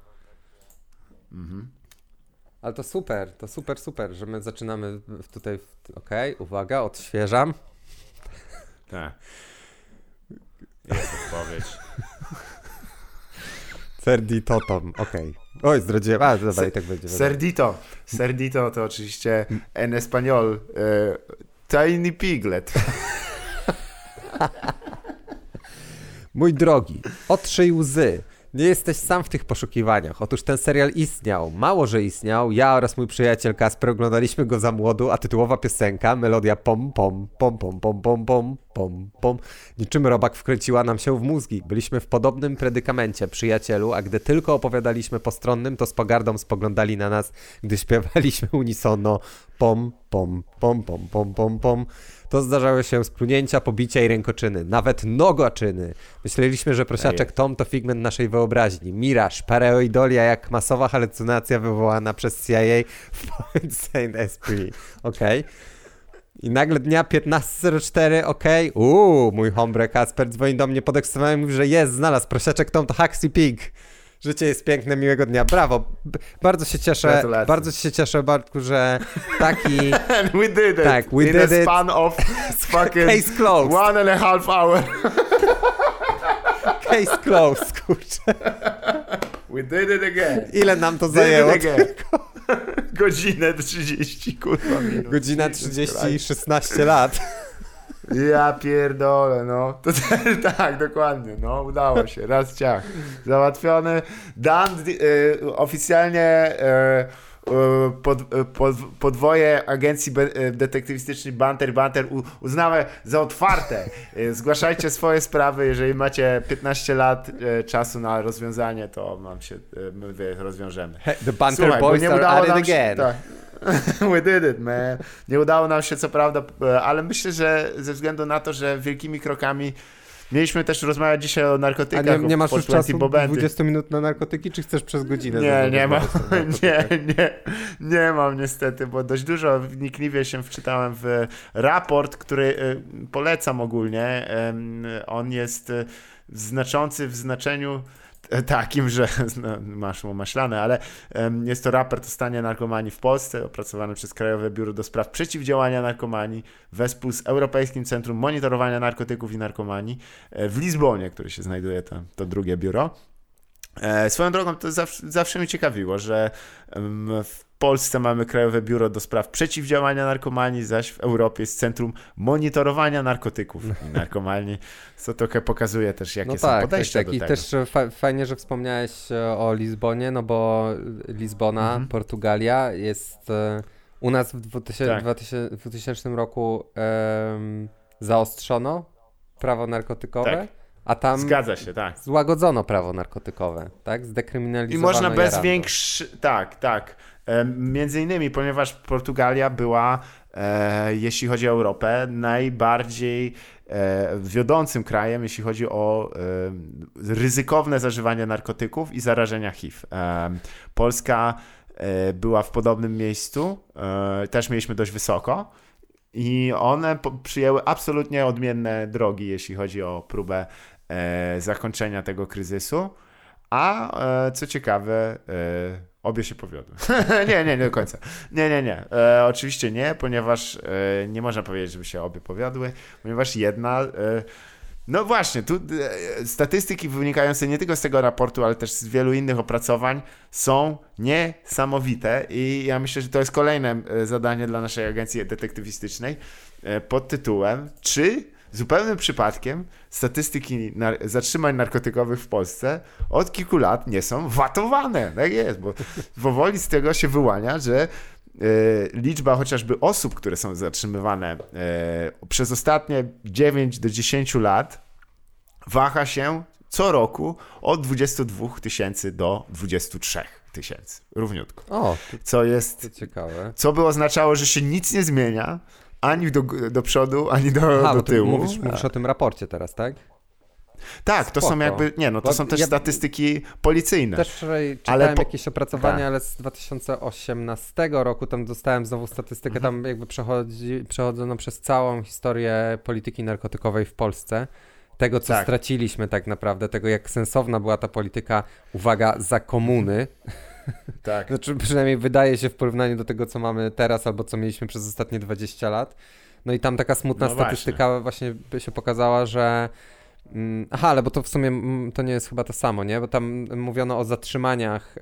Ale to super, że my zaczynamy tutaj, okej, uwaga, odświeżam. Tak. Jest odpowiedź. Cerdito Tom, okej. Oj, zdradziłem, dobra, i tak będzie. Cerdito to oczywiście en español Tiny Piglet. Mój drogi, otrzyj łzy. Nie jesteś sam w tych poszukiwaniach. Otóż ten serial istniał. Mało, że istniał. Ja oraz mój przyjaciel Kasper oglądaliśmy go za młodu, a tytułowa piosenka, melodia pom pom pom pom pom pom pom pom pom niczym robak wkręciła nam się w mózgi. Byliśmy w podobnym predykamencie, przyjacielu, a gdy tylko opowiadaliśmy postronnym, to z pogardą spoglądali na nas, gdy śpiewaliśmy unisono pom pom pom pom pom pom pom. To zdarzały się splunięcia, pobicia i rękoczyny, nawet nogaczyny. Myśleliśmy, że Prosiaczek Tom to figment naszej wyobraźni, miraż, pareidolia jak masowa halucynacja wywołana przez CIA w Point Saint-Esprit. Okej. I nagle dnia 15:04, mój hombre Kasper dzwoni do mnie podekscytowany i mówi, że znalazł Prosiaczek Tom to Haxi Pig. Życie jest piękne, miłego dnia. Brawo. Bardzo się cieszę, Bartku, że taki... And we did it. Tak, we did it. In a span of fucking case closed. 1.5 hour. Case closed, kurczę. We did it again. Ile nam to zajęło? Godzinę 30, kurwa, minut. Godzina 30 i 16 lat. Ja pierdolę, no. To tak, dokładnie, no. Udało się. Raz ciach. Załatwiony. Dan oficjalnie podwoje agencji detektywistycznej Banter uznamy za otwarte. Zgłaszajcie swoje sprawy, jeżeli macie 15 lat czasu na rozwiązanie, to my rozwiążemy. The Banter Boys are at it again. Tak. We did it, man. Nie udało nam się, co prawda, ale myślę, że ze względu na to, że wielkimi krokami Mieliśmy też rozmawiać dzisiaj o narkotykach. A nie masz już czasu 20 minut na narkotyki, czy chcesz przez godzinę? Nie mam. Nie mam niestety, bo dość dużo wnikliwie się wczytałem w raport, który polecam ogólnie. On jest znaczący w znaczeniu takim, że masz maślane, ale jest to raport o stanie narkomanii w Polsce, opracowany przez Krajowe Biuro do Spraw Przeciwdziałania Narkomanii wespół z Europejskim Centrum Monitorowania Narkotyków i Narkomanii w Lizbonie, który się znajduje, to drugie biuro. Swoją drogą to zawsze mnie ciekawiło, że w Polsce mamy Krajowe Biuro do Spraw Przeciwdziałania Narkomanii, zaś w Europie jest Centrum Monitorowania Narkotyków i Narkomanii, co trochę pokazuje też, jakie są podejścia do tego. I też fajnie, że wspomniałeś o Lizbonie, no bo Lizbona, Portugalia jest u nas w 2000 roku zaostrzono prawo narkotykowe. Tak. A tam zgadza się, tak. Złagodzono prawo narkotykowe, tak? Zdekryminalizowano. I można bez większych. Tak. Między innymi, ponieważ Portugalia była, jeśli chodzi o Europę, najbardziej wiodącym krajem, jeśli chodzi o ryzykowne zażywanie narkotyków i zarażenia HIV. Polska była w podobnym miejscu, też mieliśmy dość wysoko. I one przyjęły absolutnie odmienne drogi, jeśli chodzi o próbę zakończenia tego kryzysu, a co ciekawe, obie się powiodły. Nie do końca. Nie. Oczywiście nie, ponieważ nie można powiedzieć, żeby się obie powiodły, ponieważ jedna... No właśnie, tu statystyki wynikające nie tylko z tego raportu, ale też z wielu innych opracowań są niesamowite i ja myślę, że to jest kolejne zadanie dla naszej agencji detektywistycznej pod tytułem: czy zupełnym przypadkiem statystyki zatrzymań narkotykowych w Polsce od kilku lat nie są watowane. Tak jest, bo powoli z tego się wyłania, że liczba chociażby osób, które są zatrzymywane przez ostatnie 9 do 10 lat waha się co roku od 22 000 do 23 000. Równiutko. Co jest ciekawe. Co by oznaczało, że się nic nie zmienia ani do przodu, ani do tyłu. Mówisz o tym raporcie teraz, tak? Tak, to są jakby, to są też statystyki policyjne. Też wczoraj czytałem jakieś opracowania, ale z 2018 roku, tam dostałem znowu statystykę, tam jakby przechodzono przez całą historię polityki narkotykowej w Polsce, tego co straciliśmy tak naprawdę, tego jak sensowna była ta polityka, uwaga, za komuny. Tak. Znaczy przynajmniej wydaje się w porównaniu do tego, co mamy teraz, albo co mieliśmy przez ostatnie 20 lat. No i tam taka smutna statystyka właśnie by się pokazała, że ale bo to w sumie to nie jest chyba to samo, nie? Bo tam mówiono o zatrzymaniach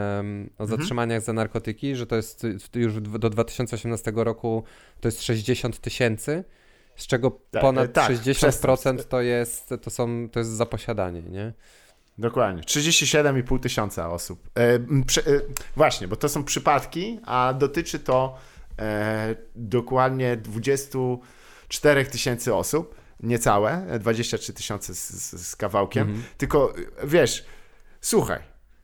za narkotyki, że to jest już do 2018 roku to jest 60 000, z czego ponad 60% to jest za posiadanie, nie? Dokładnie. 37,5 tysiąca osób. Właśnie, bo to są przypadki, a dotyczy to dokładnie 24 000 osób. Niecałe, 23 000 z kawałkiem, tylko wiesz, słuchaj.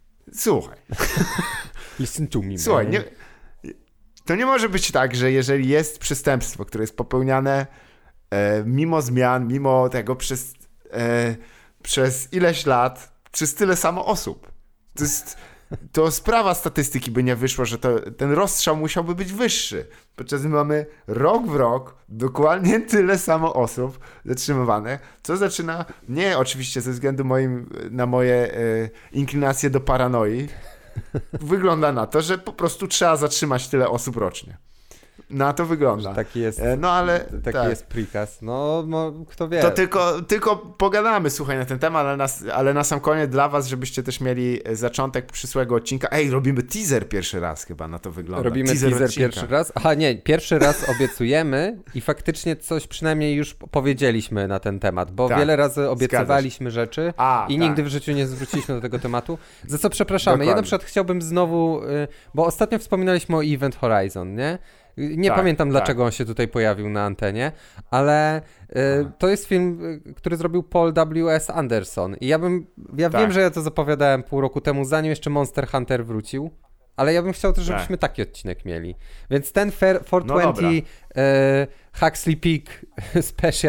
Listen to me. Słuchaj, to nie może być tak, że jeżeli jest przestępstwo, które jest popełniane mimo zmian, mimo tego przez ileś lat, przez tyle samo osób. To sprawa statystyki by nie wyszło, że ten rozstrzał musiałby być wyższy. Podczas gdy mamy rok w rok dokładnie tyle samo osób zatrzymywanych, co zaczyna, nie oczywiście ze względu na moje inklinacje do paranoi, wygląda na to, że po prostu trzeba zatrzymać tyle osób rocznie. Na to wygląda. Taki jest, jest prikaz. No, kto wie. To tylko pogadamy, słuchaj, na ten temat, ale na sam koniec dla was, żebyście też mieli zaczątek przyszłego odcinka. Robimy teaser pierwszy raz chyba, na to wygląda. Robimy teaser pierwszy raz? Aha, nie, pierwszy raz obiecujemy i faktycznie coś przynajmniej już powiedzieliśmy na ten temat, bo wiele razy obiecywaliśmy rzeczy i nigdy w życiu nie zwróciliśmy do tego tematu, za co przepraszamy. Dokładnie. Ja na przykład chciałbym znowu, bo ostatnio wspominaliśmy o Event Horizon, nie? Nie pamiętam, dlaczego on się tutaj pojawił na antenie, ale to jest film, który zrobił Paul W.S. Anderson. I ja wiem, że ja to zapowiadałem pół roku temu, zanim jeszcze Monster Hunter wrócił, ale ja bym chciał też, żebyśmy taki odcinek mieli. Więc ten 420 Huxley Peak Special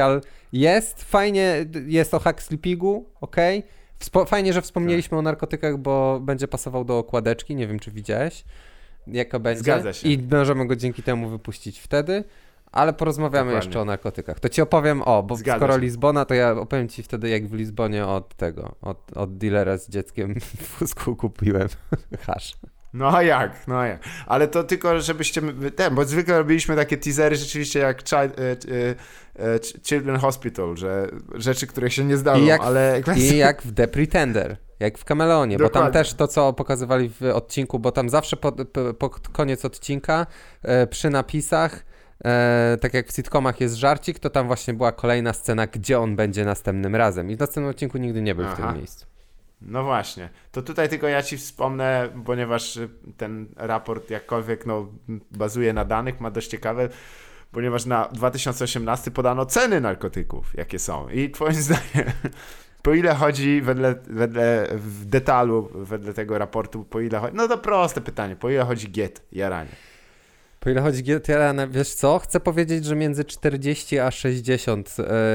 Jest, fajnie, jest o Huxley Pigu, okej. Fajnie, że wspomnieliśmy o narkotykach, bo będzie pasował do okładeczki, nie wiem, czy widziałeś, jaka będzie. Zgadza się. I możemy go dzięki temu wypuścić wtedy, ale porozmawiamy jeszcze o narkotykach. To ci opowiem, bo skoro Lizbona, to ja opowiem ci wtedy, jak w Lizbonie od dealera z dzieckiem w wózku kupiłem hasz. No a jak? Ale to tylko, żebyście... bo zwykle robiliśmy takie teasery rzeczywiście jak Children's Hospital, że rzeczy, które się nie zdarzą, ale... I jak w The Pretender, jak w Kameleonie, bo tam też to, co pokazywali w odcinku, bo tam zawsze pod koniec odcinka przy napisach, tak jak w sitcomach jest żarcik, to tam właśnie była kolejna scena, gdzie on będzie następnym razem. I w następnym odcinku nigdy nie był w tym miejscu. No właśnie. To tutaj tylko ja ci wspomnę, ponieważ ten raport jakkolwiek bazuje na danych, ma dość ciekawe, ponieważ na 2018 podano ceny narkotyków, jakie są. I twoim zdaniem, po ile chodzi w detalu, wedle tego raportu, po ile chodzi... No to proste pytanie, po ile chodzi giet jaranie? Po ile chodzi giet jaranie? Wiesz co? Chcę powiedzieć, że między 40 a 60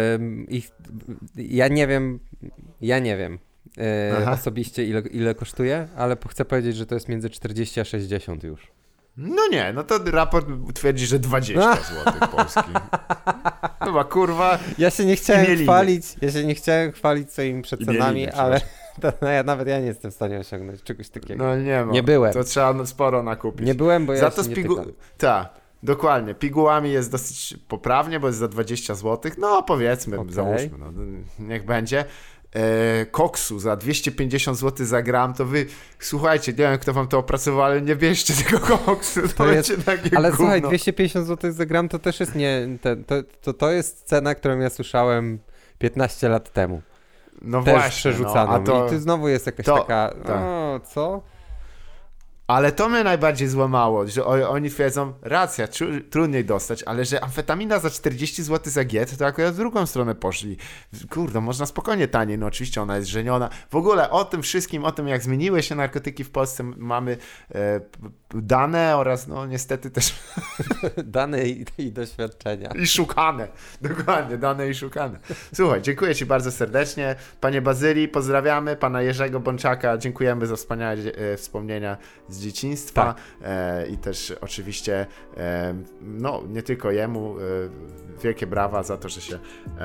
ja nie wiem osobiście ile kosztuje, ale chcę powiedzieć, że to jest między 40 a 60 już. No nie, no to raport twierdzi, że 20 zł Polski. Chyba kurwa. Ja się nie chciałem chwalić swoimi przecenami, ale nawet ja nie jestem w stanie osiągnąć czegoś takiego. No nie ma. Nie byłem. To trzeba sporo nakupić. Nie byłem, bo ja się nie tykam. Tak, dokładnie. Pigułami jest dosyć poprawnie, bo jest za 20 zł. No powiedzmy, załóżmy, niech będzie. Koksu za 250 zł za gram, to wy, słuchajcie, nie wiem kto wam to opracował, ale nie bierzcie tego koksu, to jest takie ale gówno. Słuchaj, 250 zł za gram to też jest to jest cena, którą ja słyszałem 15 lat temu. No też właśnie. przerzucaną. I tu znowu jest jakaś taka, co? Ale to mnie najbardziej złamało, że oni twierdzą, racja, trudniej dostać, ale że amfetamina za 40 zł za giet, to akurat w drugą stronę poszli. Kurde, można spokojnie taniej, no oczywiście ona jest żeniona. W ogóle o tym wszystkim, o tym jak zmieniły się narkotyki w Polsce mamy dane oraz no niestety też... Dane i doświadczenia. I szukane, dokładnie, dane i szukane. Słuchaj, dziękuję ci bardzo serdecznie. Panie Bazylii, pozdrawiamy. Pana Jerzego Bączaka, dziękujemy za wspaniałe wspomnienia z dzieciństwa. Tak. I też oczywiście no nie tylko jemu wielkie brawa za to, że się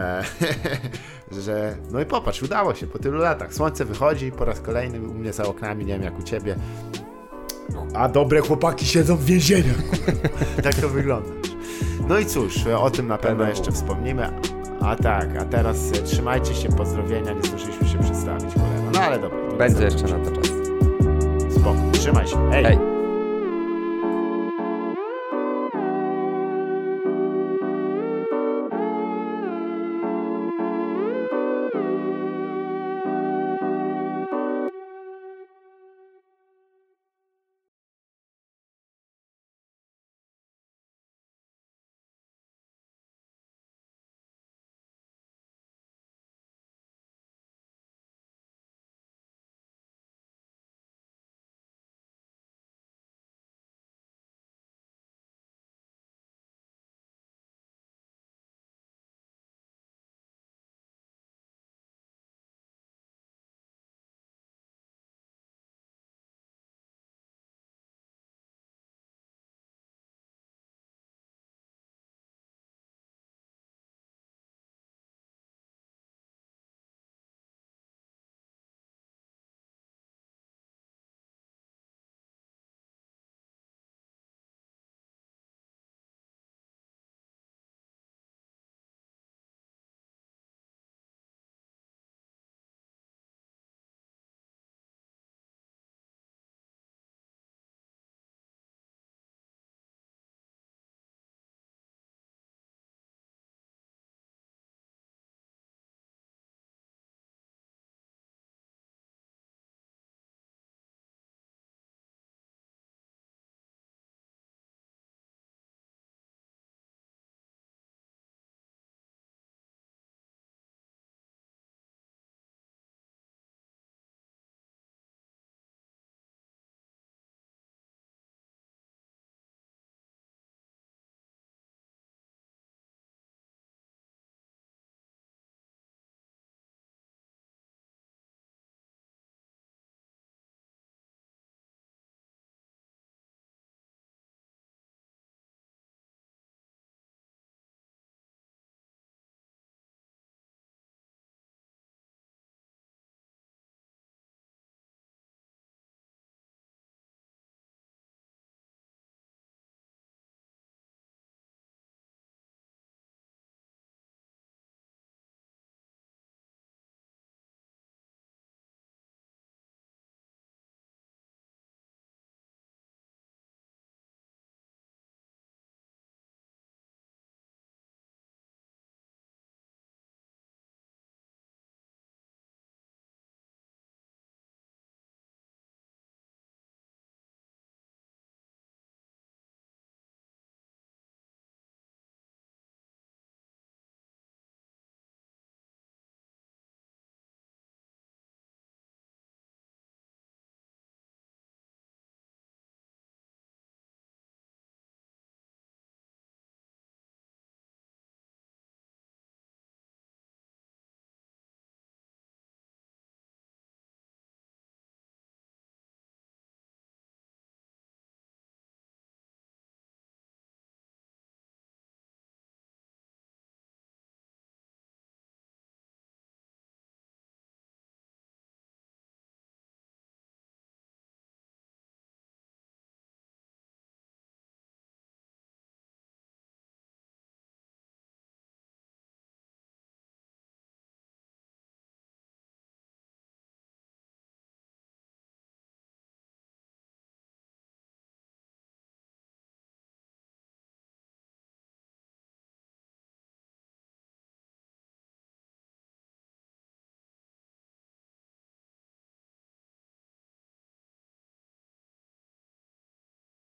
że no i popatrz, udało się po tylu latach. Słońce wychodzi po raz kolejny u mnie za oknami, nie wiem jak u ciebie. A dobre chłopaki siedzą w więzieniach. Tak to wygląda. No i cóż, o tym na pewno jeszcze wspomnimy. A teraz trzymajcie się, pozdrowienia, nie zdążyliśmy się przedstawić kolego. No ale dobra. Będzie jeszcze na to czas. Spoko, trzymaj się. Hej.